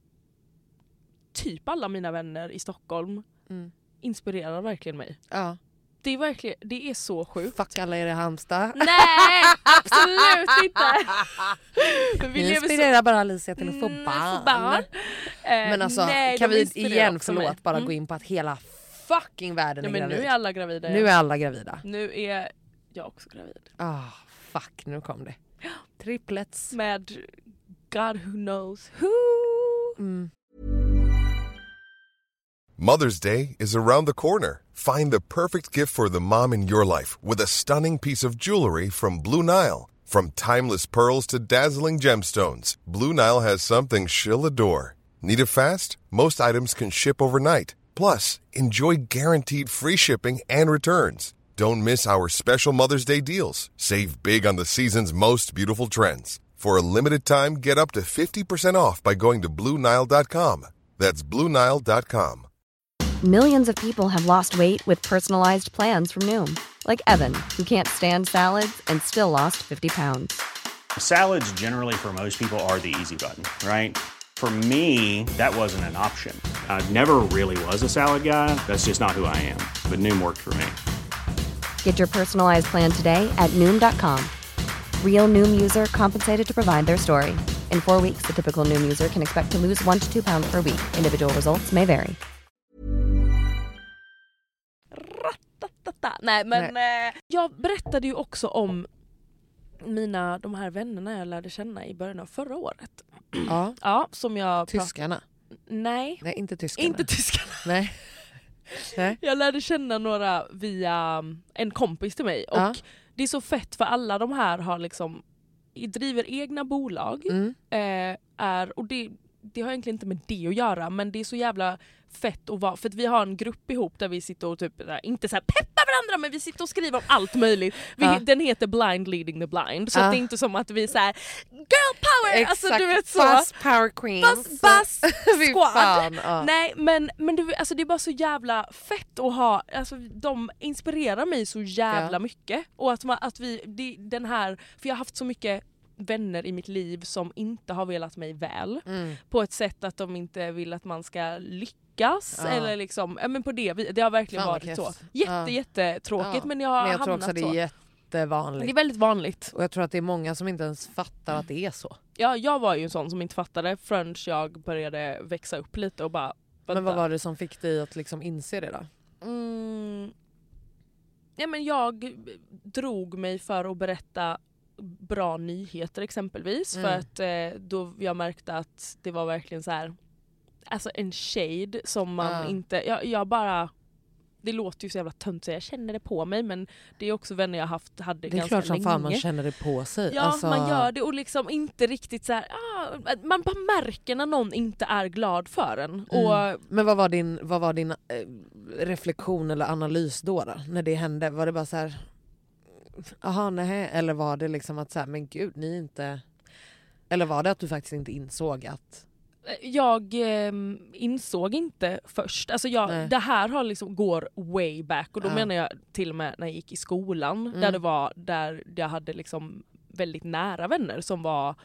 typ alla mina vänner i Stockholm Mm. inspirerar verkligen mig. ja. Det är verkligen, det är så sjukt. Fuck alla er i Halmstad. Nej, absolut inte. Men Vi lever så- inspirerar bara Alicia till att få Mm, barn. få barn. Eh, Men alltså, nej, kan de vi inspirerar igen, också mig. förlåt, bara Mm. gå in på att hela fucking världen Ja, är men gravid. nu är alla gravida. Nu är alla gravida. Nu är jag också gravid. Ah, fuck, nu kom det. Triplets. Med God who knows who. Mm. Mother's Day is around the corner. Find the perfect gift for the mom in your life with a stunning piece of jewelry from Blue Nile. From timeless pearls to dazzling gemstones, Blue Nile has something she'll adore. Need it fast? Most items can ship overnight. Plus, enjoy guaranteed free shipping and returns. Don't miss our special Mother's Day deals. Save big on the season's most beautiful trends. For a limited time, get up to fifty percent off by going to Blue Nile dot com. That's Blue Nile dot com. Millions of people have lost weight with personalized plans from Noom. Like Evan, who can't stand salads and still lost fifty pounds. Salads generally for most people are the easy button, right? For me, that wasn't an option. I never really was a salad guy. That's just not who I am. But Noom worked for me. Get your personalized plan today at noom dot com. Real Noom user compensated to provide their story. In four weeks, the typical Noom user can expect to lose one to two pounds per week. Individual results may vary. Nej, men Nej. Eh, jag berättade ju också om mina, de här vännerna jag lärde känna i början av förra året. Ja, ja som jag tyskarna. Prat- Nej. Nej, inte tyskarna. Inte tyskarna. Nej. Nej. Jag lärde känna några via en kompis till mig och ja. det är så fett för alla de här har liksom driver egna bolag mm. eh, är och det det har egentligen inte med det att göra, men det är så jävla fett att vara, för att vi har en grupp ihop där vi sitter och typ, inte så här peppar varandra, men vi sitter och skriver om allt möjligt. Vi, ja. Den heter Blind Leading the Blind, så ja. att det är inte som att vi är så här girl power, exakt. Alltså du vet så. Buzz power queens. Buzz, buzz squad. Fan, ja. Nej, men, men du, alltså det är bara så jävla fett att ha, alltså de inspirerar mig så jävla ja. mycket. Och att, man, att vi, det, den här, för jag har haft så mycket vänner i mitt liv som inte har velat mig väl mm. på ett sätt att de inte vill att man ska lyckas ja. eller liksom, ja men på det, det har verkligen Fan, varit så. Jätte, ja. jättetråkigt, ja. men jag har men jag tror hamnat också så. det är jättevanligt. Det är väldigt vanligt. Och jag tror att det är många som inte ens fattar att det är så. Ja, jag var ju en sån som inte fattade förrän jag började växa upp lite och bara vänta. Men vad var det som fick dig att liksom inse det då? Mm. Ja, men jag drog mig för att berätta bra nyheter exempelvis, mm. för att eh, då jag märkte att det var verkligen så här, alltså en shade som man ja. inte, jag, jag bara, det låter ju så jävla tönt så jag känner det på mig, men det är också vänner jag haft hade ganska länge. Det är klart som fan man känner det på sig. Ja, alltså... man gör det och liksom inte riktigt så här, ah, man bara märker när någon inte är glad för en. Mm. Och, men vad var din, vad var din eh, reflektion eller analys då, då när det hände? Var det bara så här, aha, nej, eller var det liksom att så här, men gud, ni inte, eller var det att du faktiskt inte insåg att jag eh, insåg inte först. Alltså jag, det här har liksom går way back och då ja. menar jag till och med när jag gick i skolan mm. där det var där jag hade liksom väldigt nära vänner som var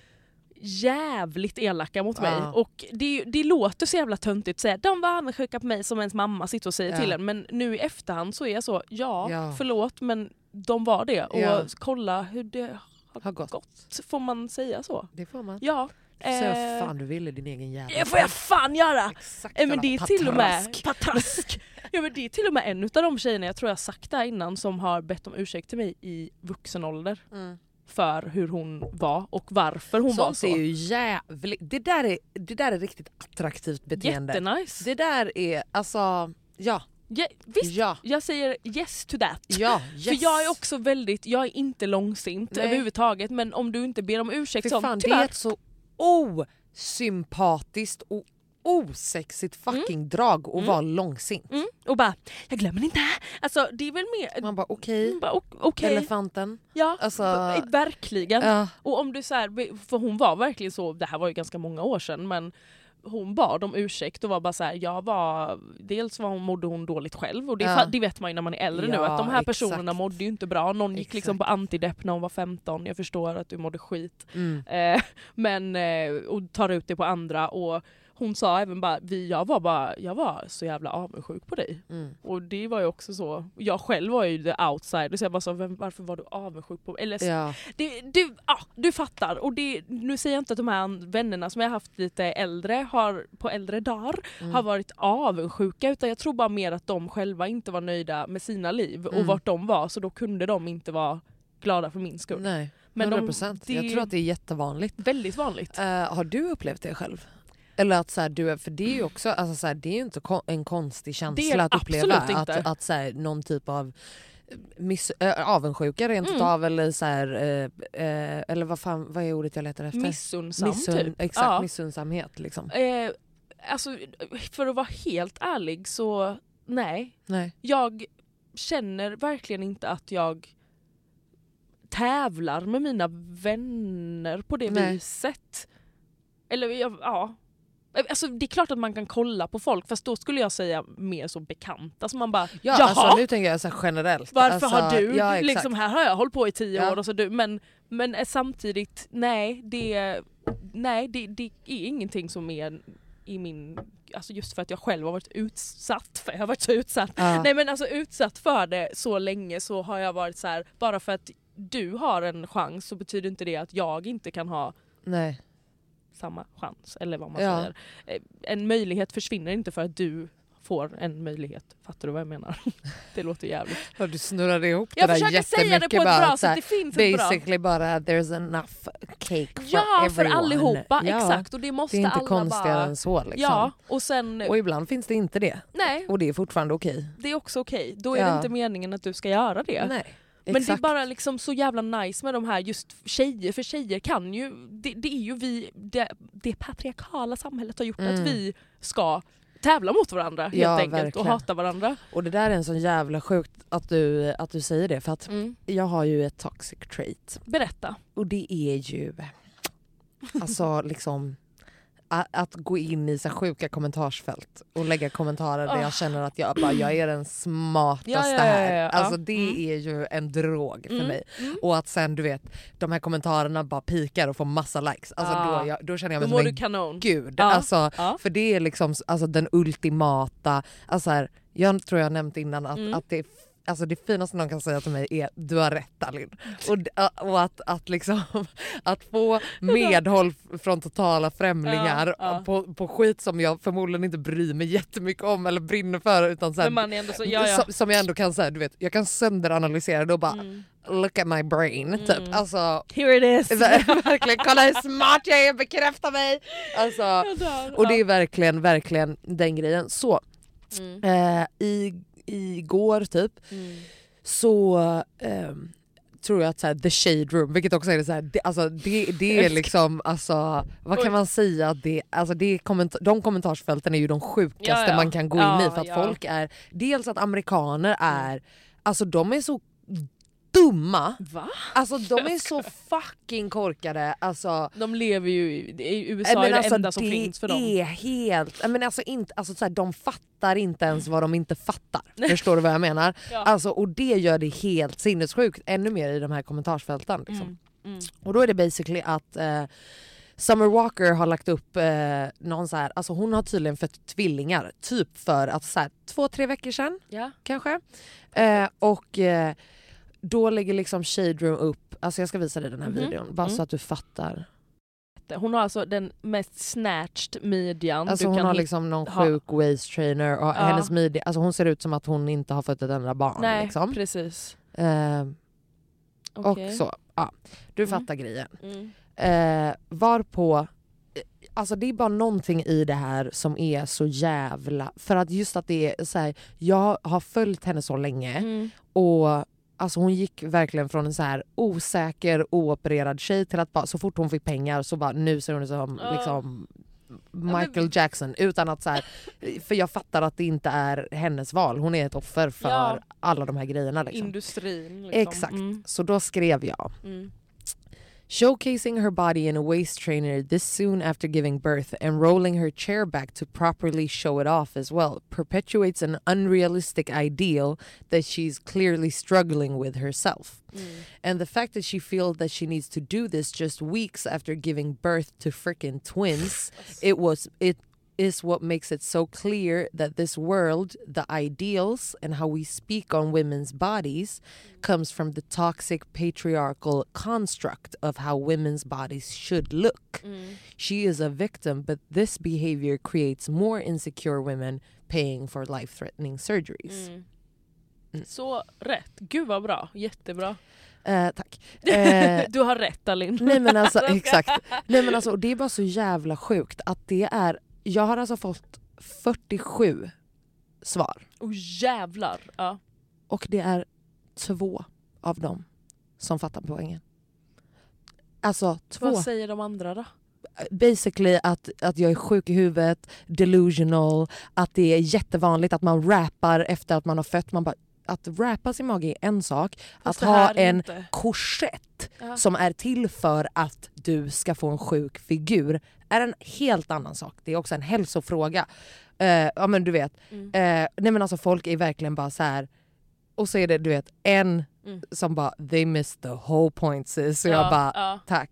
jävligt elaka mot mig ja. och det, det låter så jävla töntigt att säga de var avundsjuka på mig som ens mamma sitter och säger ja. till en, men nu i efterhand så är jag så ja, ja. förlåt, men de var det och ja. kolla hur det har, har gått. gått. Får man säga så? Det får man. Ja. Så vad fan du vill i din egen jävla. Det får jag fan göra. Exakt, men det är patrask. till och med patrask. Ja, men det är till och med en av de tjejerna, jag tror jag sagt det här innan, som har bett om ursäkt till mig i vuxen ålder. Mm. För hur hon var och varför hon Sånt var så. Är ju jävligt, det, där är, det där är riktigt attraktivt beteende. Jättenice. Det där är, alltså, ja. Ja, visst, ja. jag säger yes to that. Ja, yes. För jag är också väldigt, jag är inte långsint Nej. överhuvudtaget, men om du inte ber om ursäkt sånt, sånt, det är ett så osympatiskt och osexigt fucking mm. drag att mm. vara långsint. Mm. Och bara, jag glömmer inte. Alltså det är väl mer... Man bara okej, okay. okay. elefanten. Ja, alltså, verkligen. Ja. Och om du så här, för hon var verkligen så, det här var ju ganska många år sedan, men hon bad om ursäkt och var bara så här, jag var, dels var hon, mådde hon dåligt själv och det, ja. det vet man ju när man är äldre ja, nu, att de här exakt. personerna mådde ju inte bra. Någon gick exakt. liksom på antidepp när hon var femton, jag förstår att du mådde skit. Mm. Eh, men, eh, och tar ut det på andra och hon sa även bara, vi, jag, var bara jag var så jävla avundsjuk på dig. Mm. Och det var ju också så, jag själv var ju the outsider, så jag bara sa, vem, varför var du avundsjuk på mig? Eller, ja. det, du, ah, du fattar. Och det, nu säger jag inte att de här vännerna som jag har haft lite äldre, har, på äldre dagar, mm. har varit avundsjuka, utan jag tror bara mer att de själva inte var nöjda med sina liv mm. och vart de var, så då kunde de inte vara glada för min skull. Nej, men hundra procent. De, jag tror att det är jättevanligt. Väldigt vanligt. Uh, har du upplevt det själv? Eller att så här, du, för det är ju också, alltså så här, det är ju inte en konstig känsla att uppleva att, att så här, någon typ av miss, äh, avundsjuka rent mm. av, eller så här, äh, äh, eller vad fan, vad är ordet jag letar efter? Missunnsam Missun, typ. Exakt, ja. missunnsamhet liksom. Eh, alltså, för att vara helt ärlig så nej. nej. Jag känner verkligen inte att jag tävlar med mina vänner på det nej. viset. Eller ja, alltså det är klart att man kan kolla på folk, fast då skulle jag säga mer så bekanta. Alltså man bara, ja, alltså, nu tänker jag så generellt. Varför alltså, har du, ja, liksom här har jag hållit på i tio ja. år och så du, men, men samtidigt, nej, det nej, det, det är ingenting som är i min... Alltså just för att jag själv har varit utsatt för, jag har varit så utsatt. Ja. Nej men alltså utsatt för det så länge så har jag varit så här, bara för att du har en chans så betyder inte det att jag inte kan ha Nej. samma chans. Eller vad man ja. säger. En möjlighet försvinner inte för att du får en möjlighet. Fattar du vad jag menar? Det låter jävligt. Ja, du snurrade ihop jag det där jättemycket. Jag försöker säga det på ett bra sätt. Det finns ett bra. Basically bara there's enough cake for ja, everyone. Ja, för allihopa. Ja. Exakt. Och det måste alla bara... Det är inte alla konstigare bara... än så. Liksom. Ja, och, sen... och ibland finns det inte det. Nej. Och det är fortfarande okej. Okay. Det är också okej. Okay. Då är ja. det inte meningen att du ska göra det. Nej. Men Exakt. det är bara liksom så jävla nice med de här just tjejer. För tjejer kan ju... Det, det är ju vi... Det, det patriarkala samhället har gjort mm. att vi ska... tävla mot varandra helt ja, enkelt verkligen. och hata varandra. Och det där är en sån jävla sjukt att du, att du säger det för att mm. jag har ju ett toxic trait. Berätta. Och det är ju alltså liksom att, att gå in i så sjuka kommentarsfält och lägga kommentarer där oh. jag känner att jag bara jag är den smartaste ja, ja, ja, här. ja, ja. Alltså det mm. är ju en drog för mm. mig. Mm. Och att sen du vet de här kommentarerna bara pikar och får massa likes. Alltså ah. då, jag, då känner jag mig då som en en kanon. gud. Ah. Alltså, ah. För det är liksom alltså, den ultimata alltså här, jag tror jag nämnt innan att, mm. att det är alltså det finaste någon kan säga till mig är du har rätt Alin. Och, och att, att, liksom, att få medhåll från totala främlingar ja, ja. På, på skit som jag förmodligen inte bryr mig jättemycket om eller brinner för utan så här, man är ändå så, ja, ja. Som, som jag ändå kan säga, du vet, jag kan sönderanalysera det och bara mm. look at my brain mm. typ. Alltså, here it is. Verkligen, kolla hur smart jag är, bekräfta mig. Alltså, och det är verkligen, verkligen den grejen. Så mm. eh, i igår typ mm. så um, tror jag att så här, the shade room, vilket också är det så här, det, alltså det, det är liksom alltså vad kan Oj. man säga det alltså det är kommentar- de kommentarsfälten är ju de sjukaste ja, ja. man kan gå ja, in i för att ja. folk är dels att amerikaner är mm. alltså de är så dumma. Va? Alltså de är så fucking korkade. Alltså, de lever ju i U S A är det alltså, enda som finns för dem. Det är helt men alltså inte alltså så här, de fattar inte ens vad de inte fattar. Förstår du vad jag menar? Ja. Alltså och det gör det helt sinnessjukt ännu mer i de här kommentarsfälten liksom. Mm. Mm. Och då är det basically att eh, Summer Walker har lagt upp eh, någon så här, alltså hon har tydligen fött tvillingar typ för att så här, två tre veckor sedan ja. kanske. Eh, och eh, då lägger liksom Shade Room upp, alltså jag ska visa dig den här mm-hmm. videon bara mm. så att du fattar. Hon har alltså den mest snatched midjan. Alltså du hon kan har liksom någon ha. sjuk waist trainer och ja. hennes midja, alltså hon ser ut som att hon inte har fått ett enda barn. Nej, liksom. precis. Eh, okay. Och så, ja. Du mm. fattar grejen. Mm. Eh, varpå, alltså det är bara någonting i det här som är så jävla, för att just att det är så här, jag har följt henne så länge mm. och alltså hon gick verkligen från en så här osäker, oopererad tjej till att bara, så fort hon fick pengar så bara nu ser hon ut som uh. liksom Michael Jackson utan att så här, för jag fattar att det inte är hennes val. Hon är ett offer för ja. alla de här grejerna liksom. Industrin liksom. Exakt. Mm. Så då skrev jag mm. showcasing her body in a waist trainer this soon after giving birth and rolling her chair back to properly show it off as well perpetuates an unrealistic ideal that she's clearly struggling with herself. Mm. And the fact that she feels that she needs to do this just weeks after giving birth to freaking twins, it was it is what makes it so clear that this world, the ideals and how we speak on women's bodies mm. comes from the toxic patriarchal construct of how women's bodies should look. Mm. She is a victim, but this behavior creates more insecure women paying for life-threatening surgeries. Mm. Mm. Så rätt. Gud vad bra. Jättebra. Eh, tack. Eh, du har rätt Alin. Nej men alltså exakt. Nej men alltså det är bara så jävla sjukt att det är. Jag har alltså fått fyrtiosju svar. Oh jävlar. Ja. Och det är två av dem som fattar poängen. Alltså två. Vad säger de andra då? Basically att, att jag är sjuk i huvudet, delusional, att det är jättevanligt att man rappar efter att man har fött. Man bara, att rappa sin mage är en sak. Fast att ha en inte. korsett ja. som är till för att du ska få en sjuk figur är en helt annan sak. Det är också en hälsofråga. Uh, ja men du vet. Mm. Uh, nej men alltså folk är verkligen bara så här. Och så är det du vet en mm. som bara they missed the whole point sis. Så ja, jag bara ja. tack.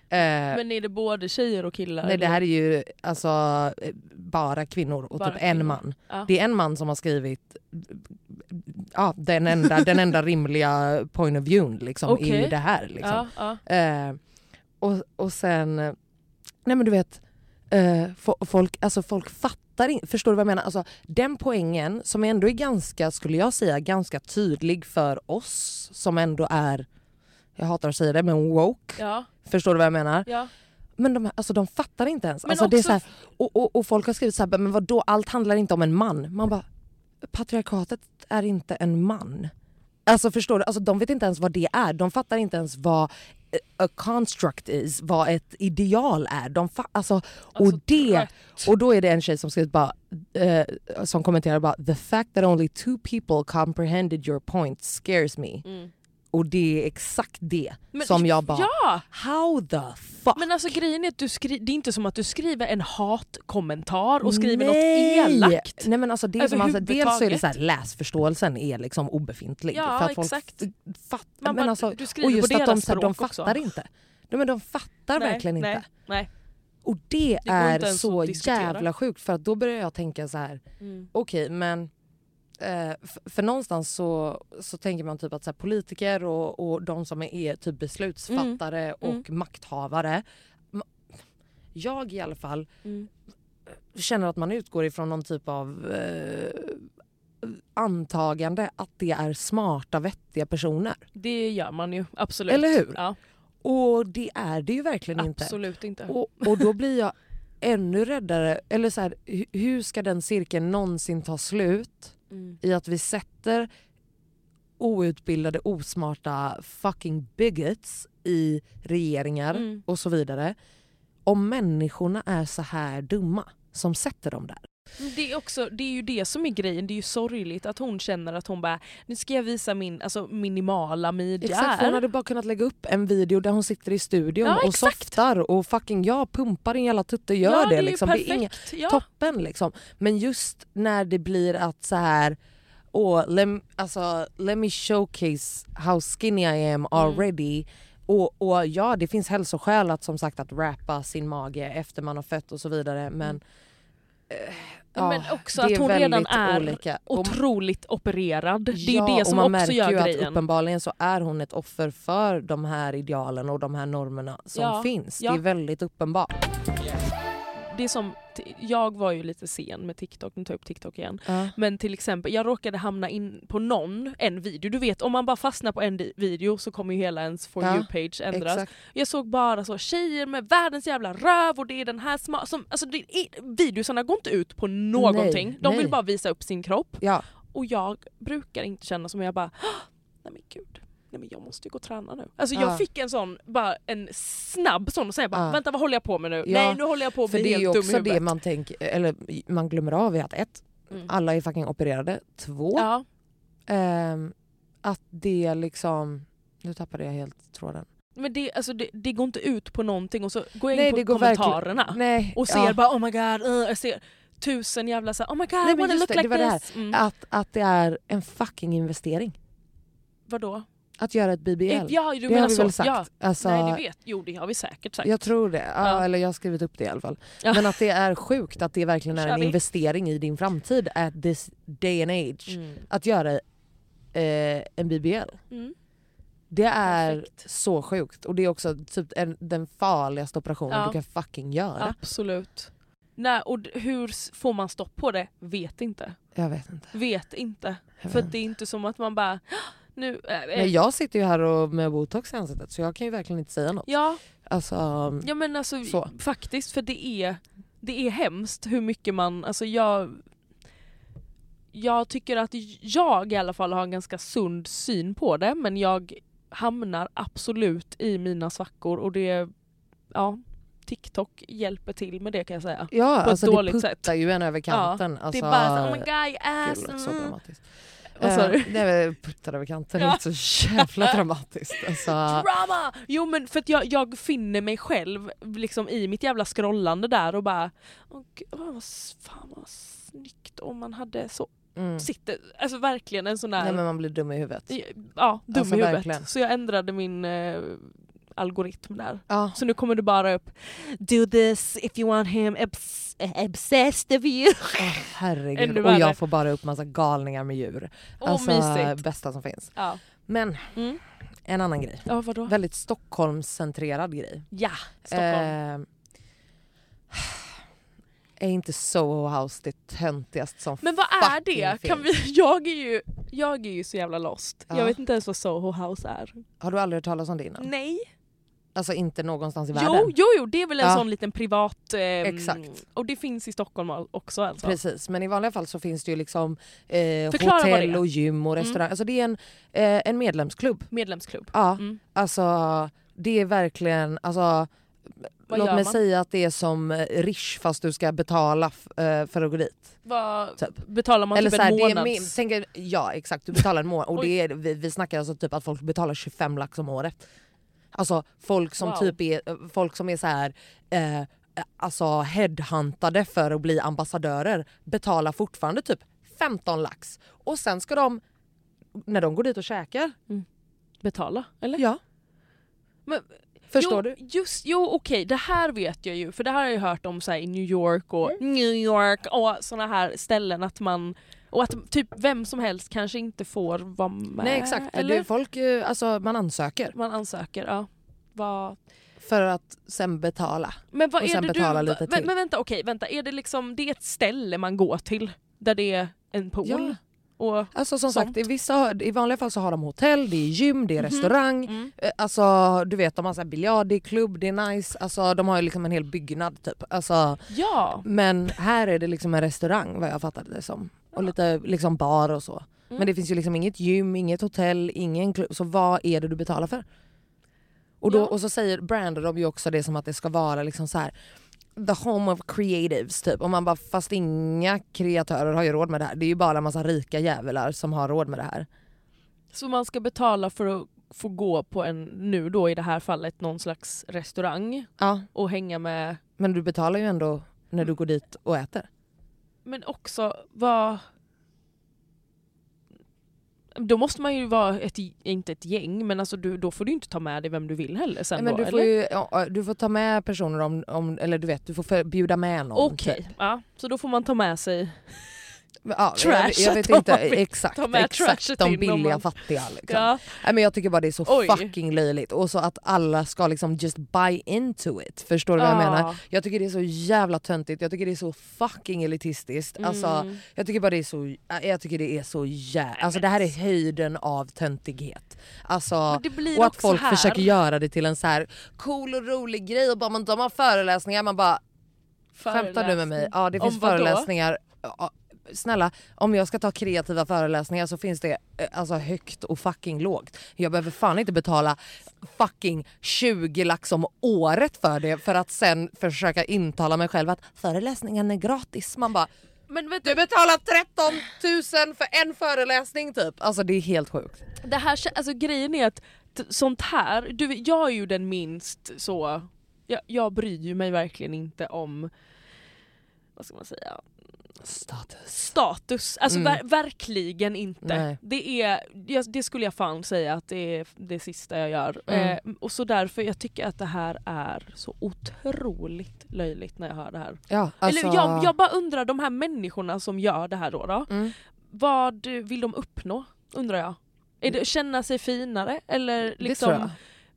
Men är det både tjejer och killar? Nej, det här är ju alltså bara kvinnor och bara typ kvinnor. en man. Ja. Det är en man som har skrivit ja, den, enda, den enda rimliga point of view liksom, Okay. i det här. Liksom. Ja, ja. Eh, och, och sen, nej men du vet, eh, folk, alltså folk fattar inte, förstår du vad jag menar? Alltså, den poängen som ändå är ganska, skulle jag säga, ganska tydlig för oss som ändå är, jag hatar att säga det, men woke. Ja. Förstår du vad jag menar? Ja. Men de, alltså, de fattar inte ens. Men Alltså, också... det är så här, och, och, och folk har skrivit så här, men vadå, allt handlar inte om en man. Man bara, patriarkatet är inte en man. Alltså förstår du, alltså, de vet inte ens vad det är. De fattar inte ens vad a construct is, vad ett ideal är. De fa- alltså, och, alltså, det, och då är det en tjej som skrivit bara, eh, som kommenterar bara, the fact that only two people comprehended your point scares me. Mm. Och det är exakt det men, som jag bara, ja. how the fuck? Men alltså grejen är att du skri- det är inte som att du skriver en hatkommentar och skriver Nej. något elakt. Nej men alltså, det är som alltså dels så är det så här, läsförståelsen är liksom obefintlig. Ja, för att exakt. Folk fatt, Man men bara, alltså, du skriver och just på att de, deras så här, de språk fattar också. inte. Nej, men de fattar nej, verkligen nej, inte. Nej. Och det, det är så jävla sjukt, för att då börjar jag tänka så här, mm. okej okay, men eh, för, för någonstans så, så tänker man typ att så här, politiker och, och de som är, är typ beslutsfattare mm. och mm. makthavare, jag i alla fall mm. känner att man utgår ifrån någon typ av eh, antagande att det är smarta, vettiga personer. Det gör man ju, absolut. Eller hur? Ja. Och det är det ju verkligen absolut inte. Absolut inte. Och, och då blir jag ännu räddare. Eller så här, hur ska den cirkeln någonsin ta slut mm. i att vi sätter outbildade, osmarta fucking bigots i regeringar mm. och så vidare, om människorna är så här dumma som sätter dem där. Det är, också, det är ju det som är grejen. Det är ju sorgligt att hon känner att hon bara, nu ska jag visa min alltså, minimala midja. Exakt, hon hade bara kunnat lägga upp en video där hon sitter i studion ja, och exakt. softar och fucking ja, pumpar en jävla tutte, gör ja, det. det liksom. är Det är inga, ja. toppen liksom. Men just när det blir att så här, oh, let, alltså, let me showcase how skinny I am already. Mm. Och, och ja, det finns hälsoskäl att som sagt att rappa sin mage efter man har fött och så vidare, men eh, ja, men också att hon redan är olika. Otroligt opererad. Det är ja, ju det som och man också gör ju grejen. Att uppenbarligen så är hon ett offer för de här idealen och de här normerna som ja, finns. Ja. Det är väldigt uppenbart. Det är som, jag var ju lite sen med TikTok, nu tar jag upp TikTok igen. Uh. Men till exempel, jag råkade hamna in på någon, en video. Du vet, om man bara fastnar på en video så kommer ju hela ens For ja, You-page ändras. Exakt. Jag såg bara så tjejer med världens jävla röv och det är den här sma- som, alltså det är, videosarna går inte ut på någonting. Nej, De nej. vill bara visa upp sin kropp. Ja. Och jag brukar inte känna som jag bara, nej men gud. Nej, men jag måste ju gå och träna nu. Alltså jag ja. fick en sån, bara en snabb sån och säger bara, ja. vänta vad håller jag på med nu? Ja. Nej, nu håller jag på att För bli det är helt ju dum i också huvudet. det man tänker, eller man glömmer av är att ett, mm. alla är fucking opererade. Två, ja. ehm, att det liksom, nu tappade jag helt tråden. Men det, alltså det, det går inte ut på någonting och så går jag Nej, in på det går kommentarerna Nej, och ser ja. bara oh my god, uh, jag ser tusen jävla så här, oh my god, Nej, I wanna look det, like det var this. Det här, mm. att, att det är en fucking investering. Vadå? Att göra ett B B L. Ja, du det menar har vi så. väl sagt. Ja. Alltså, Nej, det vet. Jo, det har vi säkert sagt. Jag tror det. Ja, ja. Eller jag har skrivit upp det i alla fall. Ja. Men att det är sjukt att det verkligen är Kör en vi. investering i din framtid at this day and age. Mm. Att göra eh, en B B L. Mm. Det är Perfekt. så sjukt. Och det är också typ en, den farligaste operationen Ja. du kan fucking göra. Absolut. Nej, och d- hur får man stopp på det? Vet inte. Jag vet inte. Vet inte. Jag För vet. det är inte som att man bara nu... Äh, Men jag sitter ju här och med botox i ansiktet så jag kan ju verkligen inte säga något. Ja, Alltså, ja men alltså så. faktiskt, för det är det är hemskt hur mycket man, alltså jag jag tycker att jag i alla fall har en ganska sund syn på det, men jag hamnar absolut i mina svackor och det, ja, TikTok hjälper till med det kan jag säga. Ja, på alltså ett det dåligt puttar sätt. ju en över kanten. Ja, alltså, det är bara så, oh my god, ass. Gud, så dramatiskt. Vad sa du? Eh, nej, puttar över kanten Ja. är så jävla dramatiskt. Alltså, Drama! Jo men för att jag, jag finner mig själv liksom i mitt jävla scrollande där och bara åh gud, åh, vad, fan vad snyggt om man hade så mm. sitter, alltså verkligen en sån där Nej, men man blir dum i huvudet. ja, dum Alltså, i huvudet. verkligen. Så jag ändrade min eh, algoritm där. Ja. Så nu kommer det bara upp do this if you want him obs- obsessed of you. Oh, herregud. Ännu Och värre. jag får bara upp massa galningar med djur. Åh, Alltså mysigt. bästa som finns. Ja. Men Mm. en annan grej. Ja, vadå? Väldigt Stockholmscentrerad grej. Ja, Stockholm. Eh, är inte Soho House det töntigast som Men vad är fucking det? Kan vi, finns? jag, är ju, jag är ju så jävla lost. Ja. Jag vet inte ens vad Soho House är. Har du aldrig hört talas om det innan? Nej. Alltså inte någonstans i världen? Jo, jo, jo, det är väl en Ja. sån liten privat... ehm, Exakt. Och det finns i Stockholm också alltså. Precis, men i vanliga fall så finns det ju liksom eh, Förklara vad det hotell är. och gym och restaurang. Mm. Alltså det är en, eh, en medlemsklubb. Medlemsklubb. Ja, Mm. alltså det är verkligen... Alltså, Vad låt gör mig man? säga att det är som eh, Rish fast du ska betala f- eh, för att gå dit. Vad Typ. betalar man Eller typ så här, en det är månads... min, tänker, ja exakt, du betalar en månad och Oj. det är, vi, vi snackar alltså typ att folk betalar tjugofem lax om året. Alltså folk som Wow. typ är folk som är så här eh, alltså headhuntade för att bli ambassadörer betalar fortfarande typ femton lax och sen ska de när de går dit och käkar. Betala, eller? Ja. Men, Förstår jo, du? Just, jo okej, det här vet jag ju. För det här har jag ju hört om så här, i New York och New York och såna här ställen att man... Och att typ vem som helst kanske inte får vara med. Nej exakt, Eller? det är folk eh, alltså man ansöker Man ansöker, ja. Vad... för att sen betala. Men vad Och är sen det betala du... lite men, till. men vänta, okej, vänta. Är det liksom... Det är ett ställe man går till där det är en pool? Ja. Och Alltså som sånt. sagt, i, vissa, i vanliga fall så har de hotell, det är gym, det är restaurang. Mm. Eh, Alltså du vet, de har så här biljard, det är klubb, det är nice. Alltså de har ju liksom en hel byggnad typ. Alltså, Ja. men här är det liksom en restaurang vad jag fattade det som. Och lite liksom bar och så. Mm. Men det finns ju liksom inget gym, inget hotell, ingen klubb. Så vad är det du betalar för? Och, då, Ja. och så säger brandar de ju också det som att det ska vara liksom så här the home of creatives typ. Och man bara, fast inga kreatörer har ju råd med det här. Det är ju bara en massa rika jävlar som har råd med det här. Så man ska betala för att få gå på en, nu då i det här fallet, någon slags restaurang Ja, och hänga med... men du betalar ju ändå när du går dit och äter. Men också, vad... Då måste man ju vara ett, inte ett gäng, men alltså du, då får du inte ta med dig vem du vill heller sen Men då, du får eller? ju, ja, du får ta med personer om, om eller du vet, du får för, bjuda med någon. Okej, typ. ja, så då får man ta med sig... Ja, Trash, jag, jag vet om man inte vill exakt, ta med exakt trashet de in om billiga man- fattiga liksom. Ja. Nej, men jag tycker bara det är så Oj. fucking löjligt och så att alla ska liksom just buy into it. Förstår du vad jag Ja. menar? Jag tycker det är så jävla töntigt, jag tycker det är så fucking elitistiskt. Mm. Alltså, jag tycker bara det är så, jag tycker det är så jävla, alltså det här är höjden av töntighet. Alltså, Men det blir och att också folk här- försöker göra det till en så här cool och rolig grej och bara man, de har föreläsningar, man bara skämtar du med mig? Ja, det Om finns vad då? föreläsningar. Ja, snälla, om jag ska ta kreativa föreläsningar så finns det eh, alltså högt och fucking lågt. Jag behöver fan inte betala fucking tjugo lax om året för det för att sen försöka intala mig själv att föreläsningen är gratis. Man bara, Men vet du du, betalar tretton tusen för en föreläsning typ. Alltså det är helt sjukt. det här, alltså grejen är att t- sånt här, du, jag är ju den minst så, jag, jag bryr ju mig verkligen inte om, vad ska man säga, Status. status, alltså Mm. ver- verkligen inte. Nej. Det är, jag, det skulle jag fan säga att det är det sista jag gör. Mm. Eh, och så därför jag tycker att det här är så otroligt löjligt när jag hör det här. Ja, alltså, Eller jag, jag bara undrar, de här människorna som gör det här då, då Mm. vad vill de uppnå, undrar jag? Är det att känna sig finare? Eller liksom... Det tror jag.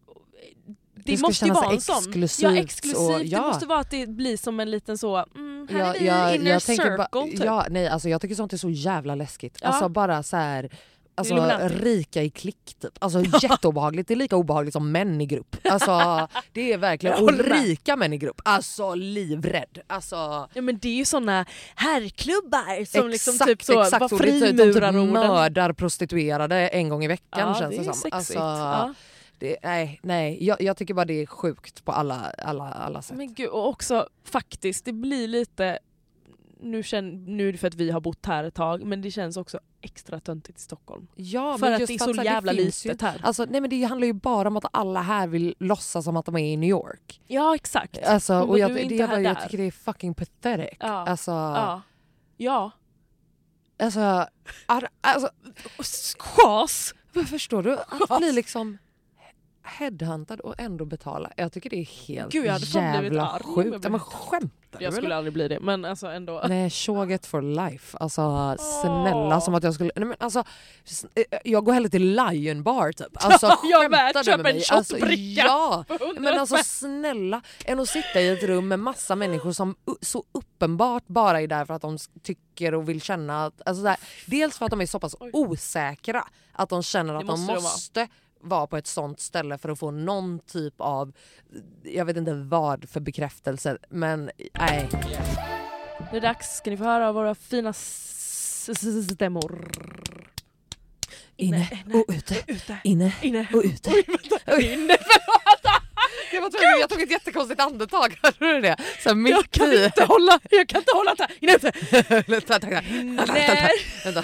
Det Det ska måste ju kännas vara en sån. exklusivt Ja, exklusivt. och- ja. Det måste vara att det blir som en liten så, mm, här Ja, är vi jag, inner jag tänker circle ba- typ. ja, nej, alltså jag tycker sånt är så jävla läskigt. Ja. Alltså bara så här, alltså Illuminati. rika i klick typ. Alltså jätteobehagligt, det är lika obehagligt som män i grupp. Alltså det är verkligen, Jag och håller med. rika män i grupp, alltså livrädd. Alltså Ja, men det är ju såna herrklubbar som liksom exakt, typ så exakt, var och det är typ- de typ frimurarorden. mördar prostituerade en gång i veckan Ja, känns det det, är som. sexigt. Alltså, Ja. det, nej, nej. Jag, jag tycker bara det är sjukt på alla, alla, alla sätt. Men gud, och också faktiskt, det blir lite, nu, känn, nu är det för att vi har bott här ett tag, men det känns också extra töntigt i Stockholm. Ja, För men att just det är för så här, jävla finns litet ju, här. Alltså, nej, men det handlar ju bara om att alla här vill låtsas som att de är i New York. Ja, exakt. Alltså, Men och vad jag, du är det, inte är bara, här jag där. tycker det är fucking pathetic. Ja. Alltså, Ja. Ja. alltså, ar, alltså Chas! vad förstår du? Att bli liksom headhuntad och ändå betala. Jag tycker det är helt Gud, jag hade fan blivit jävla arg. sjukt. Ja, men skämtar Jag du, skulle eller? aldrig bli det, men alltså ändå. Nej, tjoget for life. Alltså snälla, som att jag skulle... Nej, men alltså, s- eh, jag går hellre till Lion Bar typ. Alltså Jag med, skämtar du köp med en mig? Alltså, shotbricka ja, för hundra men alltså spänn. snälla. Än att sitta i ett rum med massa människor som u- så uppenbart bara är där för att de s- tycker och vill känna att... Alltså, där, dels för att de är så pass osäkra att de känner att Det de måste de måste... vara på ett sånt ställe för att få någon typ av, jag vet inte vad för bekräftelse, men nej. Det är dags, ska ni få höra våra fina s- s- stämmor. Inne och ute, inne Inne och ute. Oj, vänta. Inne, förlåt. Jag, var tvungen, jag tog ett jättekonstigt andetag, hörde du det? Så mitt Jag kan i. inte hålla, jag kan inte hålla det här. Inne ute. Vänta, vänta, vänta, Nej. vänta.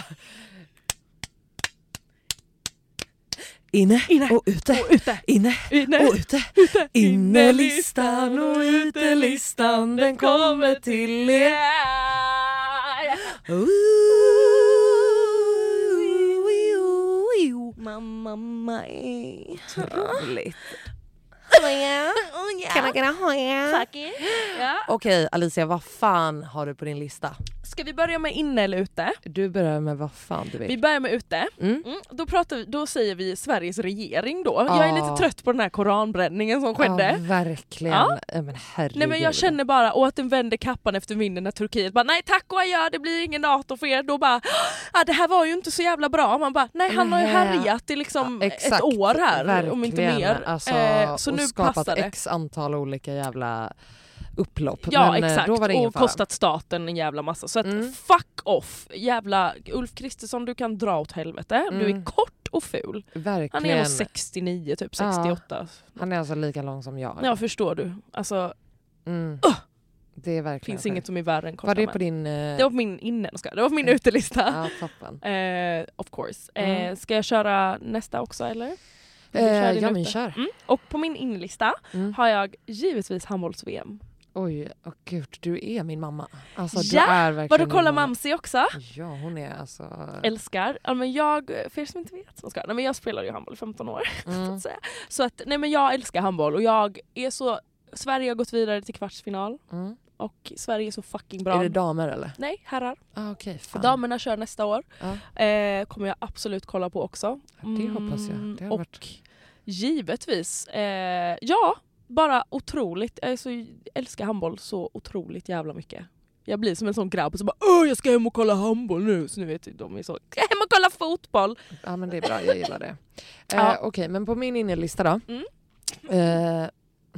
Inne, Inne och ute, och ute. inne, Inne och ute. ute. Innelistan och utelistan, den kommer till er. Mamma mig. Trevligt. Kan jag ha ja. Ja. Okej Alicia, vad fan har du på din lista? Ska vi börja med inne eller ute? Du börjar med vad fan du vill. Vi börjar med ute. Mm. Mm. Då, pratar vi, då säger vi Sveriges regering då. Ja. Jag är lite trött på den här koranbränningen som skedde. Ja, verkligen. Ja. Ja. Men herregud. Nej men jag känner bara och att den vänder kappan efter vinden när Turkiet bara nej tack och adjö, det blir ingen NATO för er. Då bara ah, det här var ju inte så jävla bra. Man bara nej han har ju Nej. härjat i liksom Ja, ett exakt. år här Verkligen. om inte mer. Alltså, eh, så och nu skapat passar det. x antal olika jävla upplopp. Ja men, eh, exakt, då var det ingen och fara. kostat staten en jävla massa. Så att Mm. fuck off, jävla Ulf Kristersson, du kan dra åt helvete. Du är Mm. kort och ful. Verkligen. Han är nog sextionio, typ sextioåtta. Han är alltså lika lång som jag. Ja förstår du. Alltså Mm. Uh! Det är verkligen finns inget som är värre än korta Var det män. på din... eh, Det var på min inne, ska det var på min utelista. Ja, toppen. Eh, of course. Eh, Mm. ska jag köra nästa också eller? Vill du Eh, köra din ja men ute? kör. Mm. Och på min inlista Mm. har jag givetvis handbolls-V M. Oj, oh, gud, du är min mamma. Alltså, du Ja, är verkligen Var du min kollar mamma. Mamsi också? Ja, hon är alltså... Älskar. Ja, men jag, för er som inte vet, som ska, nej, men jag spelade ju handboll i femton år. Mm. Så att säga. Så att, nej, men jag älskar handboll och jag är så... Sverige har gått vidare till kvartsfinal Mm. och Sverige är så fucking bra. Är det damer eller? Nej, herrar. Ah, okej, fan. Damerna kör nästa år. Ja. Eh, kommer jag absolut kolla på också. Ja, det hoppas jag. Det har och varit... givetvis, eh, ja, bara otroligt. Jag är så, älskar handboll så otroligt jävla mycket. Jag blir som en sån grabb och så bara åh jag ska hem och kolla handboll nu. Så nu vet jag, de är så, ska hem och kolla fotboll. Ja men det är bra, jag gillar det. Eh, Ja. Okej, men på min innerlista då. Mm. Eh,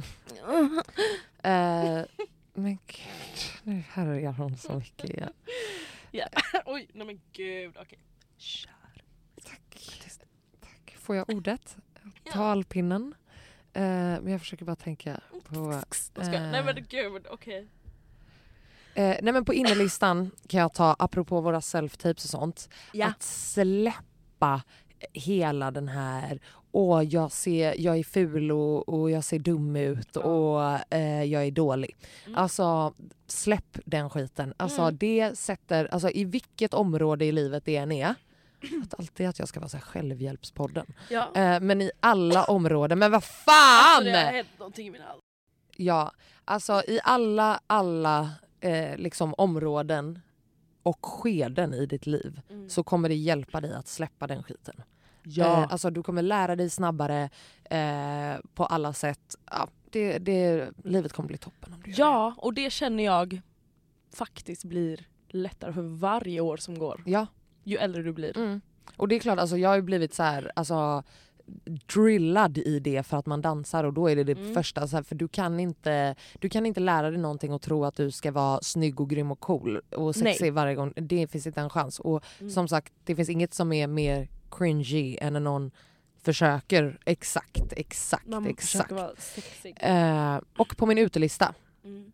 eh, men gud, nu härjar hon så mycket igen. Ja. Oj, nej men gud, okej. Kör. Tack. Tack. Får jag ordet? Talpinnen. Eh, men jag försöker bara tänka på... Jag ska, nej men gud, okej. Eh, nej men på innerlistan kan jag ta, apropå våra self-tapes och sånt, Ja. att släppa hela den här åh jag, ser, jag är ful och, och jag ser dum ut och eh, jag är dålig. Mm. Alltså släpp den skiten. Alltså Mm. det sätter, alltså i vilket område i livet det än är, att alltid att jag ska vara så här självhjälpspodden. Ja. Eh, men i alla områden, men vad Alltså, fan! det har hänt någonting i min hals. Ja, alltså i alla, alla eh, liksom områden och skeden i ditt liv Mm. så kommer det hjälpa dig att släppa den skiten. Ja. Eh, alltså du kommer lära dig snabbare eh, på alla sätt. Ja, det, det, livet kommer bli toppen om du gör Ja, och det känner jag faktiskt blir lättare för varje år som går. det. Ja. Ju äldre du blir. Mm. Och det är klart, alltså, jag har ju blivit så här, alltså drillad i det för att man dansar och då är det det Mm. första så här, för du kan inte du kan inte lära dig någonting och tro att du ska vara snygg och grym och cool och sexig Nej. varje gång. Det finns inte en chans och Mm. som sagt, det finns inget som är mer cringy än när någon försöker exakt, exakt, Man exakt. försöker vara sexig. Eh, och på min utelista, Mm.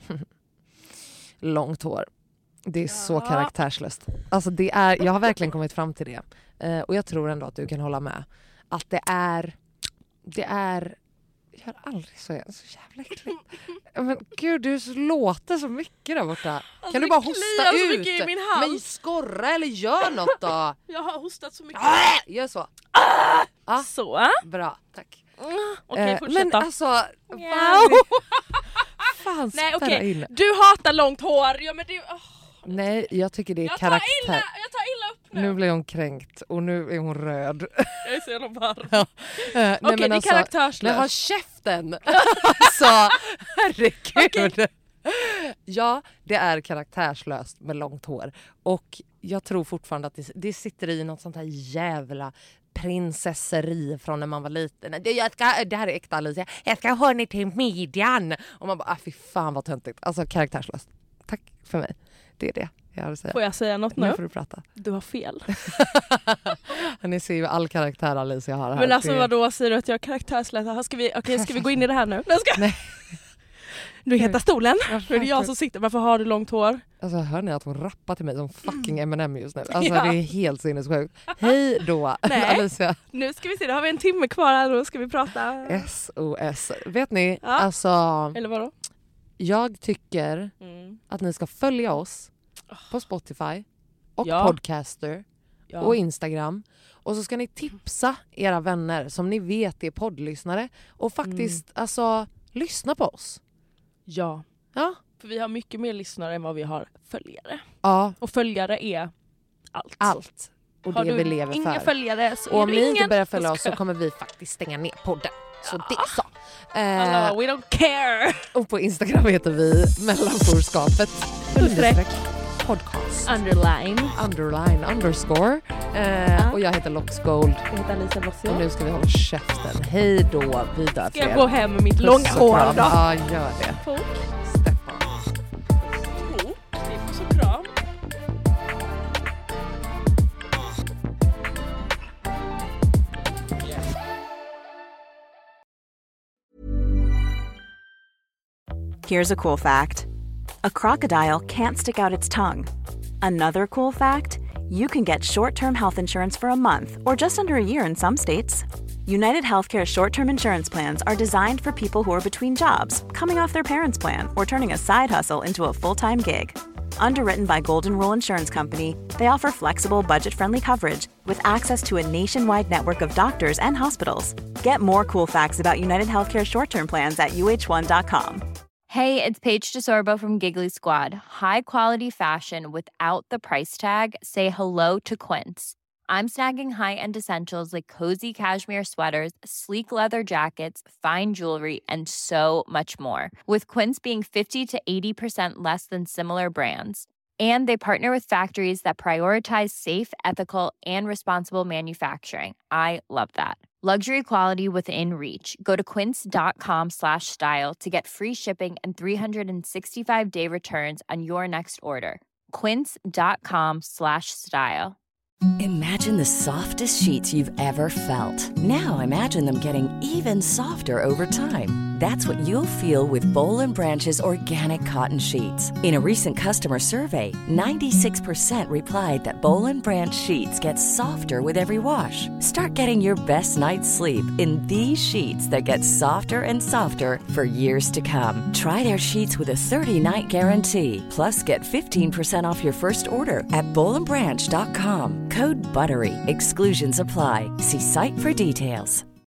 långt hår. Det är så Ja. karaktärslöst. Alltså det är, jag har verkligen kommit fram till det. Eh, och jag tror ändå att du kan hålla med. Att det är... Det är... Jag har aldrig så, jag är så jävla äcklig. Men gud, du låter så mycket där borta. Alltså, kan du det bara kliar hosta så ut? mycket i min hals. Men skorra eller gör något då. Jag har hostat så mycket. Ah! Gör så. Ah! Så. Bra, tack. Okej, Eh, fortsätt men då. alltså, Miau. fan Nej spärra okej, in. du hatar långt hår. Ja, men du, oh. Nej, jag tycker det är Jag tar karaktär. illa, jag tar illa upp nu. Nu blir hon kränkt och nu är hon röd. Jag är så jävla varm. Ja. Eh, Okej, det är karaktärslöst. Nej, ha käften! Alltså, herregud. Okay. Ja, det är karaktärslöst med långt hår. Och jag tror fortfarande att det, det sitter i något sånt här jävla prinsesseri från när man var liten. Det, jag ska, det här är äkta Alicia. Jag ska ha ner till midjan. Och man bara, ah, fy fan vad töntigt. Alltså karaktärslöst. Tack för mig. Det är det jag har att säga. Får jag säga något nu? Nu får du prata. Du har fel. Ni ser ju all karaktär Alicia har här. Men alltså det... vadå, säger du att jag är karaktärslös? Ska vi, okay, ska vi gå in i det här nu? Nej, ska... Nej. Du heter stolen. Nu är det jag som sitter. Varför har du långt hår? Alltså hör ni att hon rappar till mig som fucking M and M just nu? Alltså Ja. det är helt sinnessjukt. Hej då Nej. Alicia. Nu ska vi se, då har vi en timme kvar här och då ska vi prata. S O S. Vet ni, Ja. alltså Eller vadå? jag tycker Mm. att ni ska följa oss på Spotify och Ja. Podcaster Ja. och Instagram. Och så ska ni tipsa era vänner som ni vet är poddlyssnare och faktiskt Mm. alltså lyssna på oss. Ja. Ja. För vi har mycket mer lyssnare än vad vi har följare. Ja, Och följare är allt. allt. Och Har det du vi lever inga för. följare så Och är om du ni ingen. inte börjar följa Jag oss så skojar. kommer vi faktiskt stänga ner podden. Så Ja. det är så. Alla, Eh, we don't care. och på Instagram heter vi mellanforskapet understreck podcast Underline. underline underscore. Eh, Ja. Och jag heter Loxgold. Jag heter Alicia Bossio. Och nu ska vi hålla käften. Hej då, vi dör Ska jag gå hem med mitt långa hår då? Ja, gör det. Fok. Stefan. Fok. Det är puss och kram. Here's a cool fact. A crocodile can't stick out its tongue. Another cool fact, you can get short-term health insurance for a month or just under a year in some states. United Healthcare short-term insurance plans are designed for people who are between jobs, coming off their parents' plan, or turning a side hustle into a full-time gig. Underwritten by Golden Rule Insurance Company, they offer flexible, budget-friendly coverage with access to a nationwide network of doctors and hospitals. Get more cool facts about United Healthcare short-term plans at U H one dot com. Hey, it's Paige DeSorbo from Giggly Squad. High quality fashion without the price tag. Say hello to Quince. I'm snagging high-end essentials like cozy cashmere sweaters, sleek leather jackets, fine jewelry, and so much more. With Quince being fifty to eighty percent less than similar brands. And they partner with factories that prioritize safe, ethical, and responsible manufacturing. I love that. Luxury quality within reach. Go to quince.com slash style to get free shipping and three sixty-five day returns on your next order. Quince.com slash style. Imagine the softest sheets you've ever felt. Now imagine them getting even softer over time. That's what you'll feel with Boll and Branch's organic cotton sheets. In a recent customer survey, ninety-six percent replied that Boll and Branch sheets get softer with every wash. Start getting your best night's sleep in these sheets that get softer and softer for years to come. Try their sheets with a thirty-night guarantee. Plus, get fifteen percent off your first order at boll and branch dot com. Code BUTTERY. Exclusions apply. See site for details.